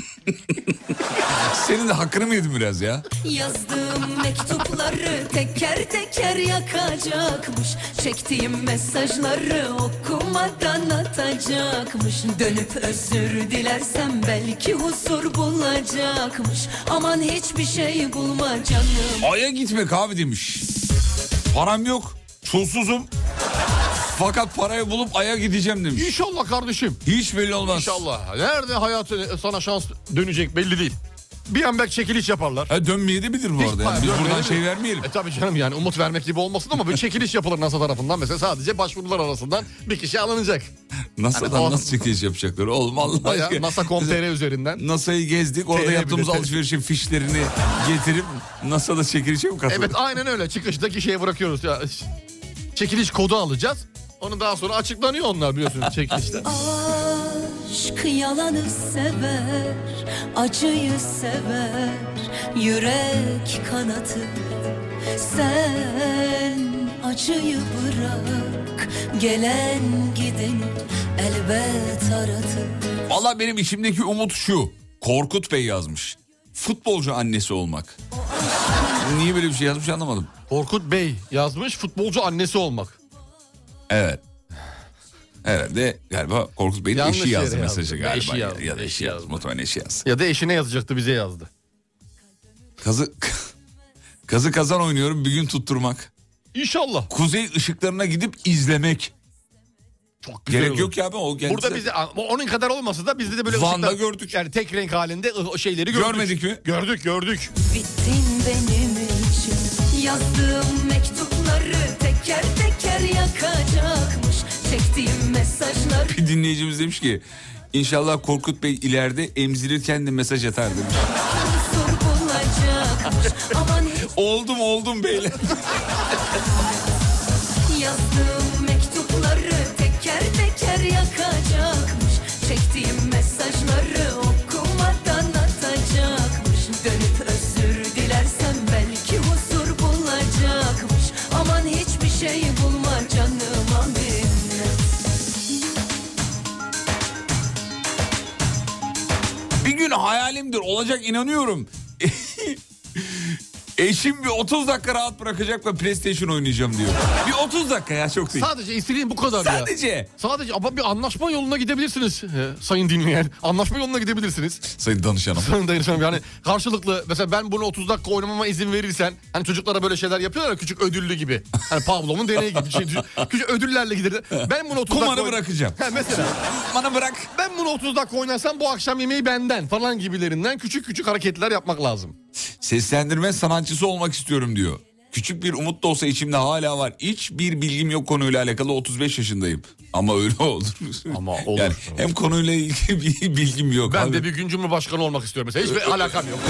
Senin de hakkını mı yedin biraz ya? Yazdığım mektupları teker teker yakacakmış. Çektiğim mesajları okumadan atacakmış. Dönüp özür dilersem belki huzur bulacakmış. Aman hiçbir şey bulma canım. Ay'a gitmek abi demiş. Param yok. Çulsuzum. Fakat parayı bulup Ay'a gideceğim demiş. İnşallah kardeşim. Hiç belli olmaz. İnşallah. Nerede hayatı sana şans dönecek belli değil. Bir an belki çekiliş yaparlar. Dönmeye de bilir bu arada. Yani. Biz buradan şey vermeyelim. Tabii canım yani umut vermek gibi olmasın ama bir çekiliş yapılır NASA tarafından. Mesela sadece başvurular arasından bir kişi alınacak. NASA'dan hani nasıl çekiliş yapacaklar? Oğlum Allah aşkına. NASA.com.tr üzerinden. NASA'yı gezdik. Orada yaptığımız alışverişin fişlerini getirip NASA'da çekilişe mi katıldık? Evet aynen öyle. Çıkıştaki şeye bırakıyoruz. Ya. Çekiliş kodu alacağız. Onu daha sonra açıklanıyor onlar biliyorsunuz çekilişte. Aşk yalanı sever, acıyı sever, yürek kanatır. Sen acıyı bırak, gelen gideni elbet aratır. Vallahi benim içimdeki umut şu. Korkut Bey yazmış. Futbolcu annesi olmak. Niye böyle bir şey yazmış anlamadım. Korkut Bey yazmış futbolcu annesi olmak. Evet. Herhalde galiba Korkut Bey'in yanlış eşi yazdı yere mesajı yazdı. galiba. Eşi yazdı, Ya da eşi yazdı. Muhtemelen eşi yazdı. Ya da eşine yazacaktı bize yazdı. Kazı kazan oynuyorum bir gün tutturmak. İnşallah. Kuzey ışıklarına gidip izlemek. Çok güzel gerek olur. yok ya abi o kendisi. Burada bize onun kadar olmasa da bizde de böyle Van'da ışıklar, gördük. Yani tek renk halinde o şeyleri gördük. Görmedik mi? Gördük. Bittin benim için, yazdığım mektupları teker teker yakacakmış. Çektiğim mesajları. Bir dinleyicimiz demiş ki İnşallah Korkut Bey ileride emzirirken de mesaj atar demiş. Oldum beyler. Yazdığım mektupları teker teker yakacakmış. Çektiğim mesajları okumadan atacakmış. Dönüp özür dilersem belki huzur bulacakmış. Aman hiçbir şey bulma canım amin. Bir gün hayalimdir olacak inanıyorum. Eşim bir 30 dakika rahat bırakacak ve PlayStation oynayacağım diyor. Bir 30 dakika ya çok değil. Sadece istediğin bu kadar Sadece. ya. Sadece ama bir anlaşma yoluna gidebilirsiniz sayın dinleyen. Anlaşma yoluna gidebilirsiniz. Sayın danışanım. Sayın danışanım yani karşılıklı mesela ben bunu 30 dakika oynamama izin verirsen hani çocuklara böyle şeyler yapıyorlar ya küçük ödüllü gibi. Hani Pavlov'un deneyi gibi. Küçük ödüllerle gider. Ben bunu 30 dakika Kumarı bırakacağım. Mesela. Bana bırak. Ben bunu 30 dakika oynarsam bu akşam yemeği benden falan gibilerinden küçük hareketler yapmak lazım. Seslendirme sanatçısı olmak istiyorum diyor. Küçük bir umut da olsa içimde hala var. Hiçbir bilgim yok konuyla alakalı, 35 yaşındayım. Ama öyle olur. Ama olur. Yani hem konuyla ilgili bir bilgim yok. Ben abi. de bir gün Cumhurbaşkanı olmak istiyorum mesela. Hiçbir alakam yok.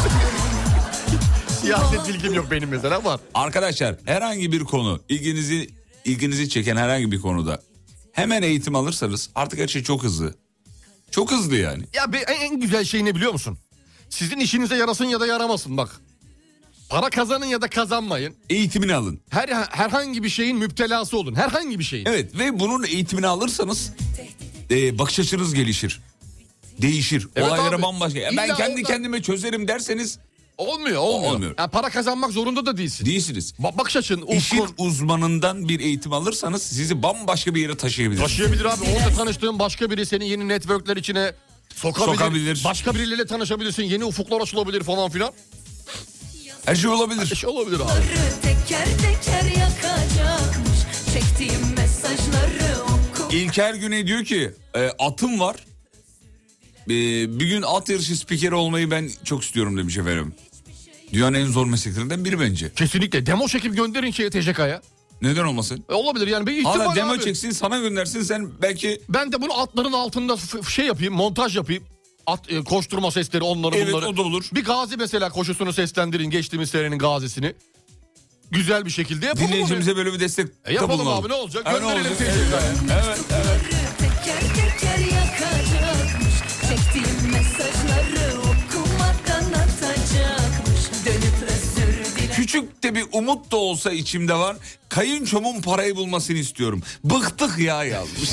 Siyaset bilgim yok benim mesela, var. Arkadaşlar herhangi bir konu ilginizi çeken herhangi bir konuda hemen eğitim alırsanız artık her şey çok hızlı. Çok hızlı yani. Ya en güzel şey ne biliyor musun? Sizin işinize yarasın ya da yaramasın bak. Para kazanın ya da kazanmayın. Eğitimini alın. Herhangi bir şeyin müptelası olun. Herhangi bir şeyin. Evet, ve bunun eğitimini alırsanız bakış açınız gelişir. Değişir. Evet Olaylara abi. bambaşka. Ya ben kendi kendime çözerim derseniz olmuyor. Yani para kazanmak zorunda da değilsin. Değilsiniz. Bakış açın. İşin uzmanından bir eğitim alırsanız sizi bambaşka bir yere taşıyabilir. Taşıyabilir abi. Orada tanıştığın başka biri seni yeni networkler içine sokabilir. Başka birileriyle tanışabilirsin. Yeni ufuklar açılabilir falan filan. Her şey olabilir. Her şey olabilir abi. Teker teker yakacakmış. Çektiğim mesajları oku. İlker Güney diyor ki atım var. Bir gün at yarışı spikeri olmayı ben çok istiyorum demiş efendim. Dünyanın en zor mesleklerinden biri bence. Kesinlikle. Demo çekip gönderin TCK'ya. Neden olmasın? Olabilir yani, bir ihtimal hala demo abi. çeksin, sana göndersin, sen belki... Ben de bunu atların altında şey yapayım, montaj yapayım. Koşturma sesleri, onları evet, bunları. Evet, o da olur. Bir gazi mesela koşusunu seslendirin, geçtiğimiz senenin gazisini. Güzel bir şekilde yapalım. Dinleyicimize böyle bir destek yapalım abi, ne olacak? Evet, Gönderelim TCK'ya. Evet. Teker teker yakacakmış. Çektiğim mesajları okumadan atacakmış. Dönüp özür dile. Küçük de bir umut da olsa içimde var. Kayınçomun parayı bulmasını istiyorum. Bıktık ya yazmış.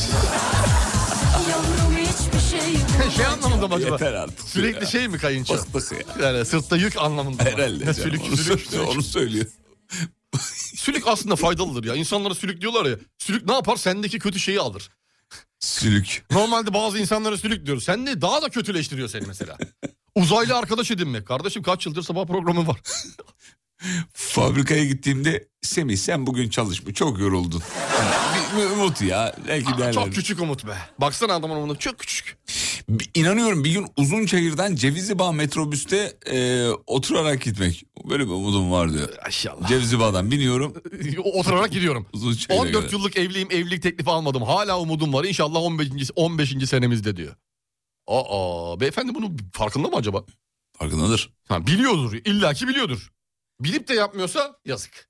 Yavrum hiçbir şey Şey anlamında mı acaba? Yeter artık. Sürekli ya. şey mi kayınço? Bıktık ya. Yani sırtta yük anlamında mı? Herhalde. Sülük. Onu söylüyor. Sülük aslında faydalıdır ya. İnsanlara sülük diyorlar ya. Sülük ne yapar? Sendeki kötü şeyi alır. Sülük. Normalde bazı insanlara sülük diyoruz. Sen de daha da kötüleştiriyor seni mesela. Uzaylı arkadaş edinmek. Kardeşim kaç yıldır sabah programı var. Fabrikaya gittiğimde Semih sen bugün çalışma, çok yoruldun. Yani bir umut ya. Belki derler. Çok küçük umut be. Baksana adamın umudu çok küçük. İnanıyorum bir gün Uzunçayır'dan Cevizlibağ metrobüste oturarak gitmek. Böyle bir umudum var diyor. Maşallah. Cevizlibağ'dan biniyorum. Oturarak gidiyorum. 14 göre. yıllık evliyim, evlilik teklifi almadım. Hala umudum var. İnşallah 15. senemizde diyor. Beyefendi bunun farkında mı acaba? Farkındadır. Biliyordur. İllaki biliyordur. Bilip de yapmıyorsa yazık.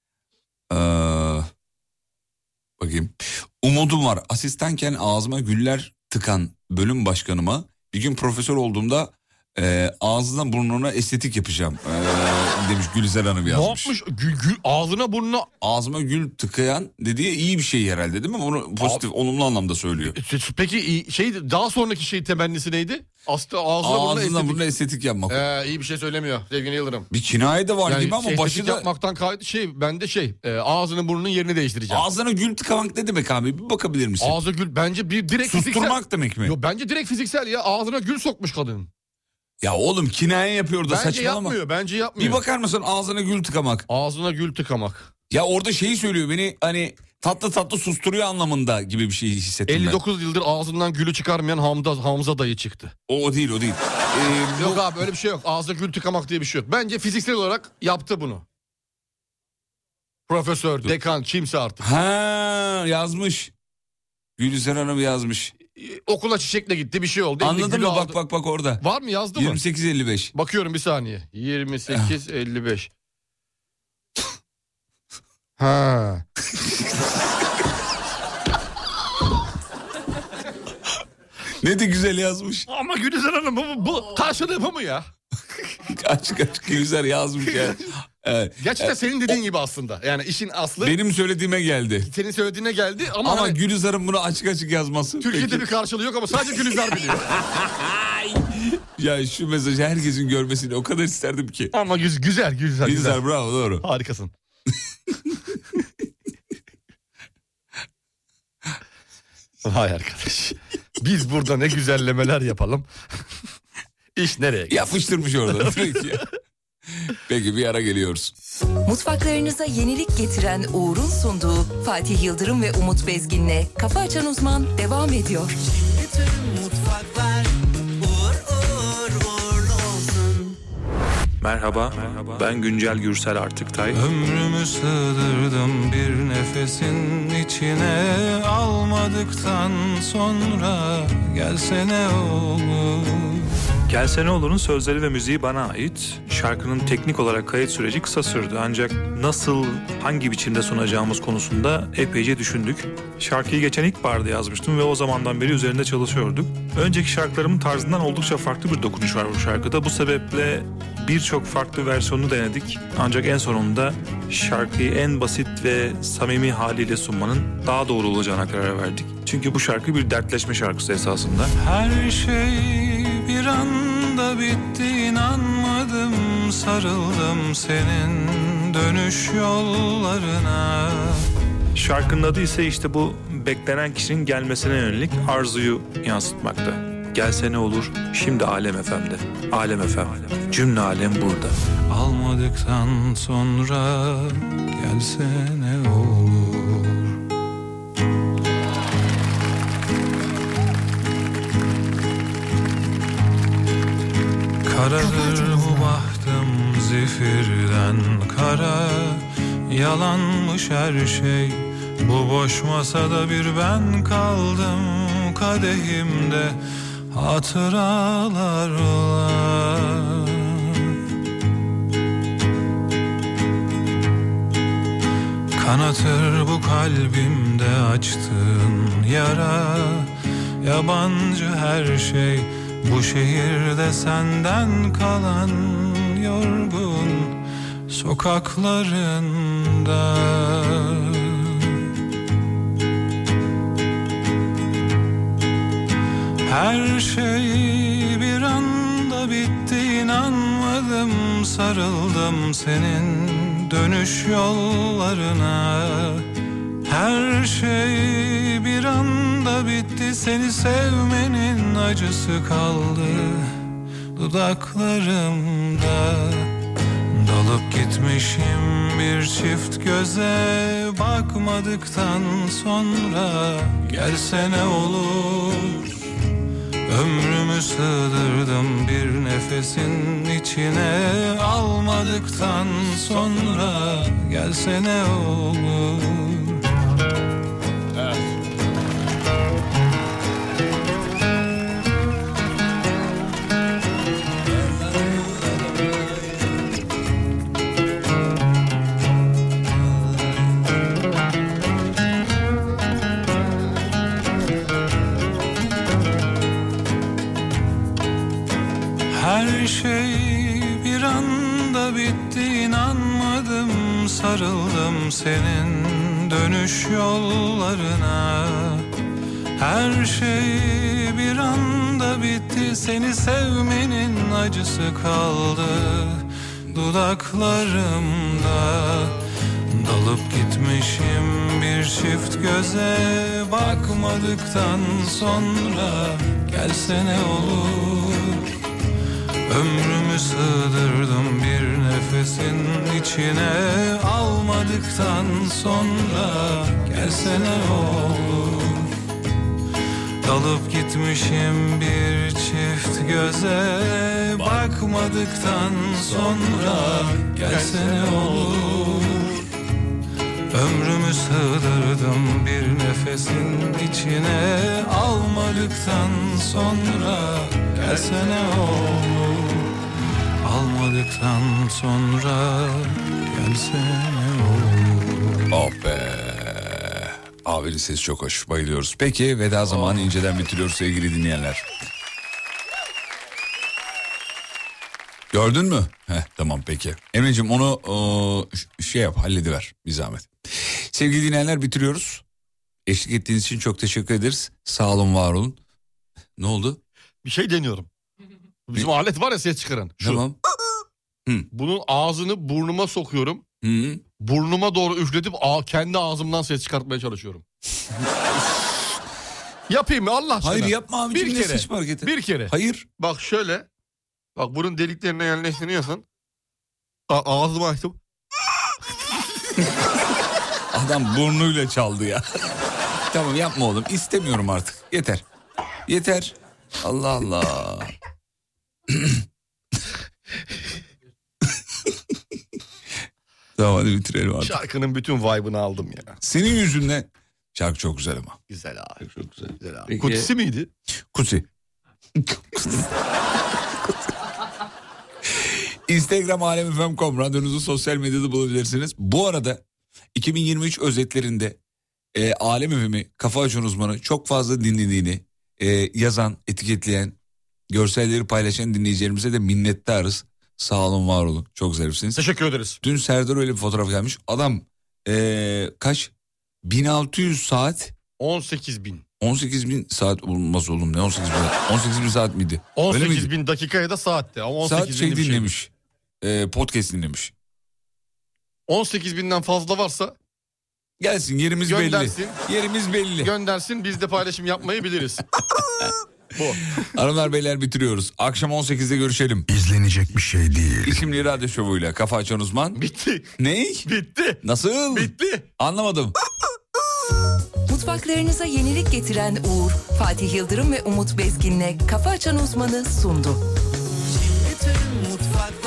Bakayım. Umudum var. Asistanken ağzıma güller tıkan bölüm başkanıma bir gün profesör olduğumda ağzından burnuna estetik yapacağım demiş Gülizar Hanım yazmış. Ne yapmış? Ağzına burnuna... Ağzıma gül tıkayan dediği iyi bir şey herhalde değil mi? Bunu pozitif, olumlu anlamda söylüyor. Peki daha sonraki temennisi neydi? Ağzına burnuna estetik yapmak. İyi bir şey söylemiyor sevgili Yıldırım. Bir kinaye de var gibi ama başı da... yapmaktan ağzının burnunun yerini değiştireceğim. Ağzına gül tıkamak ne demek abi? Bir bakabilir misin? Ağzı gül bence direkt susturmak fiziksel. demek mi? Yok, bence direkt fiziksel ya. Ağzına gül sokmuş kadın. Ya oğlum kinaye yapıyor da saçmalama. Bence yapmıyor. Bir bakar mısın ağzına gül tıkamak? Ağzına gül tıkamak. Ya orada şeyi söylüyor, beni hani tatlı tatlı susturuyor anlamında gibi bir şey hissettim 59 yıldır ağzından gülü çıkarmayan Hamza dayı çıktı. O değil. Yok abi öyle bir şey yok. Ağzına gül tıkamak diye bir şey yok. Bence fiziksel olarak yaptı bunu. Profesör, dekan kimse artık. Yazmış. Gülizar Hanım yazmış. Okula çiçekle gitti, bir şey oldu. Anladın mı? Bak orada. Var mı, yazdı mı? 28.55. Bakıyorum bir saniye. 28.55. Ha. Ne de güzel yazmış. Ama Gülizar Hanım bu karşılığı bu mu ya? Kaç Gülizar yazmış ya. Evet. Gerçekten senin dediğin gibi aslında. Yani işin aslı. Benim söylediğime geldi. Senin söylediğine geldi ama hani... Gülizar'ın bunu açık yazması. Türkiye'de bir karşılığı yok ama sadece Gülizar biliyor. Ya şu mesajı herkesin görmesini o kadar isterdim ki. Ama güzel. Gülizar bravo, doğru. Harikasın. Vay arkadaş. Biz burada ne güzellemeler yapalım. İş nereye gidiyor? Yapıştırmış orada. Peki bir ara geliyoruz. Mutfaklarınıza yenilik getiren Uğur'un sunduğu Fatih Yıldırım ve Umut Bezgin'le Kafa Açan Uzman devam ediyor. Bütün mutfaklar uğurlu olsun. Merhaba, ben Güncel Gürsel Artıktay. Ömrümü sığdırdım bir nefesin içine, almadıktan sonra gelsene olur. Gelsene Olur'un sözleri ve müziği bana ait. Şarkının teknik olarak kayıt süreci kısa sürdü. Ancak nasıl, hangi biçimde sunacağımız konusunda epeyce düşündük. Şarkıyı geçen ilkbaharda yazmıştım ve o zamandan beri üzerinde çalışıyorduk. Önceki şarkılarımın tarzından oldukça farklı bir dokunuş var bu şarkıda. Bu sebeple birçok farklı versiyonunu denedik. Ancak en sonunda şarkıyı en basit ve samimi haliyle sunmanın daha doğru olacağına karar verdik. Çünkü bu şarkı bir dertleşme şarkısı esasında. Her şey bir anda bitti, inanmadım, sarıldım senin dönüş yollarına. Şarkının adı ise işte bu beklenen kişinin gelmesine yönelik arzuyu yansıtmakta. Gelsene olur, şimdi Alem FM'de. Alem FM, cümle alem burada. Almadıktan sonra gelsene olur. Karadır bu bahtım zifirden kara, yalanmış her şey. Bu boş masada bir ben kaldım, kadehimde hatıralarla. Kanatır bu kalbimde açtığın yara, yabancı her şey. Bu şehirde senden kalan yorgun sokaklarında. Her şey bir anda bitti, inanmadım, sarıldım senin dönüş yollarına. Her şey bir anda bitti, seni sevmenin acısı kaldı dudaklarımda. Dalıp gitmişim bir çift göze, bakmadıktan sonra gelsene olur. Ömrümü sığdırdım bir nefesin içine, almadıktan sonra gelsene olur. Her şey bir anda bitti, inanmadım, sarıldım senin dönüş yollarına. Her şey bir anda bitti, seni sevmenin acısı kaldı dudaklarımda. Dalıp gitmişim bir çift göze, bakmadıktan sonra gelsene olur. Ömrümü sığdırdım bir nefesin içine, almadıktan sonra gelsene olur. Dalıp gitmişim bir çift göze, bakmadıktan sonra gelsene olur. Ömrümü sığdırdım bir nefesin içine, almadıktan sonra gelsene olur. Almadıktan sonra gelsene olur. Oh be. Abinin sesi çok hoş, bayılıyoruz. Peki veda zamanı inceden bitiriyoruz sevgili dinleyenler. Gördün mü? Tamam peki. Emre'cim onu şey yap, hallediver bir zahmet. Sevgili dinleyenler bitiriyoruz. Eşlik ettiğiniz için çok teşekkür ederiz. Sağ olun, var olun. Ne oldu? Bir şey deniyorum. Bizim alet var ya, ses çıkaran. Şu. Tamam. Bunun ağzını burnuma sokuyorum. Burnuma doğru üfletip kendi ağzımdan ses çıkartmaya çalışıyorum. Yapayım mı Allah aşkına? Hayır yapma abi. Bir kere. Bir kere. Hayır. Bak şöyle. Bak bunun deliklerine yerleştiriyorsun. Ağzımı açtım. Adam burnuyla çaldı ya. Tamam yapma oğlum. İstemiyorum artık. Yeter. Yeter. Allah Allah. Tamam hadi bitirelim artık. Şarkının bütün vibe'ını aldım ya. Senin yüzünden şarkı çok güzel ama. Güzel abi. Çok güzel. Güzel abi. Peki. Kutsi miydi? Kutsi. Instagram alemfm.com radyonuzu sosyal medyada bulabilirsiniz. Bu arada 2023 özetlerinde Alem FM'i Kafa Açan Uzmanı çok fazla dinlediğini yazan, etiketleyen, görselleri paylaşan dinleyicilerimize de minnettarız. Sağ olun, var olun. Çok zarifsiniz. Teşekkür ederiz. Dün Serdar öyle bir fotoğraf gelmiş. Adam kaç? 1600 saat. 18.000. 18.000 saat olmaz oğlum, ne 18.000 saat miydi? 18.000 dakikaya da saatte ama 18.000 saat şey dinlemiş. Podcast dinlemiş. 18.000'den fazla varsa gelsin, yerimiz göndersin. belli. Yerimiz belli. Göndersin, biz de paylaşım yapmayı biliriz. Bu. Hanımlar beyler bitiriyoruz. Akşam 18'de görüşelim. İzlenecek bir şey değil. İsimli radyo şovuyla Kafa Açan Uzman. Bitti. Ne? Bitti. Nasıl? Bitti. Anlamadım. Mutfaklarınıza yenilik getiren Uğur, Fatih Yıldırım ve Umut Bezgin'le Kafa Açan Uzman'ı sundu. Bütün mutfak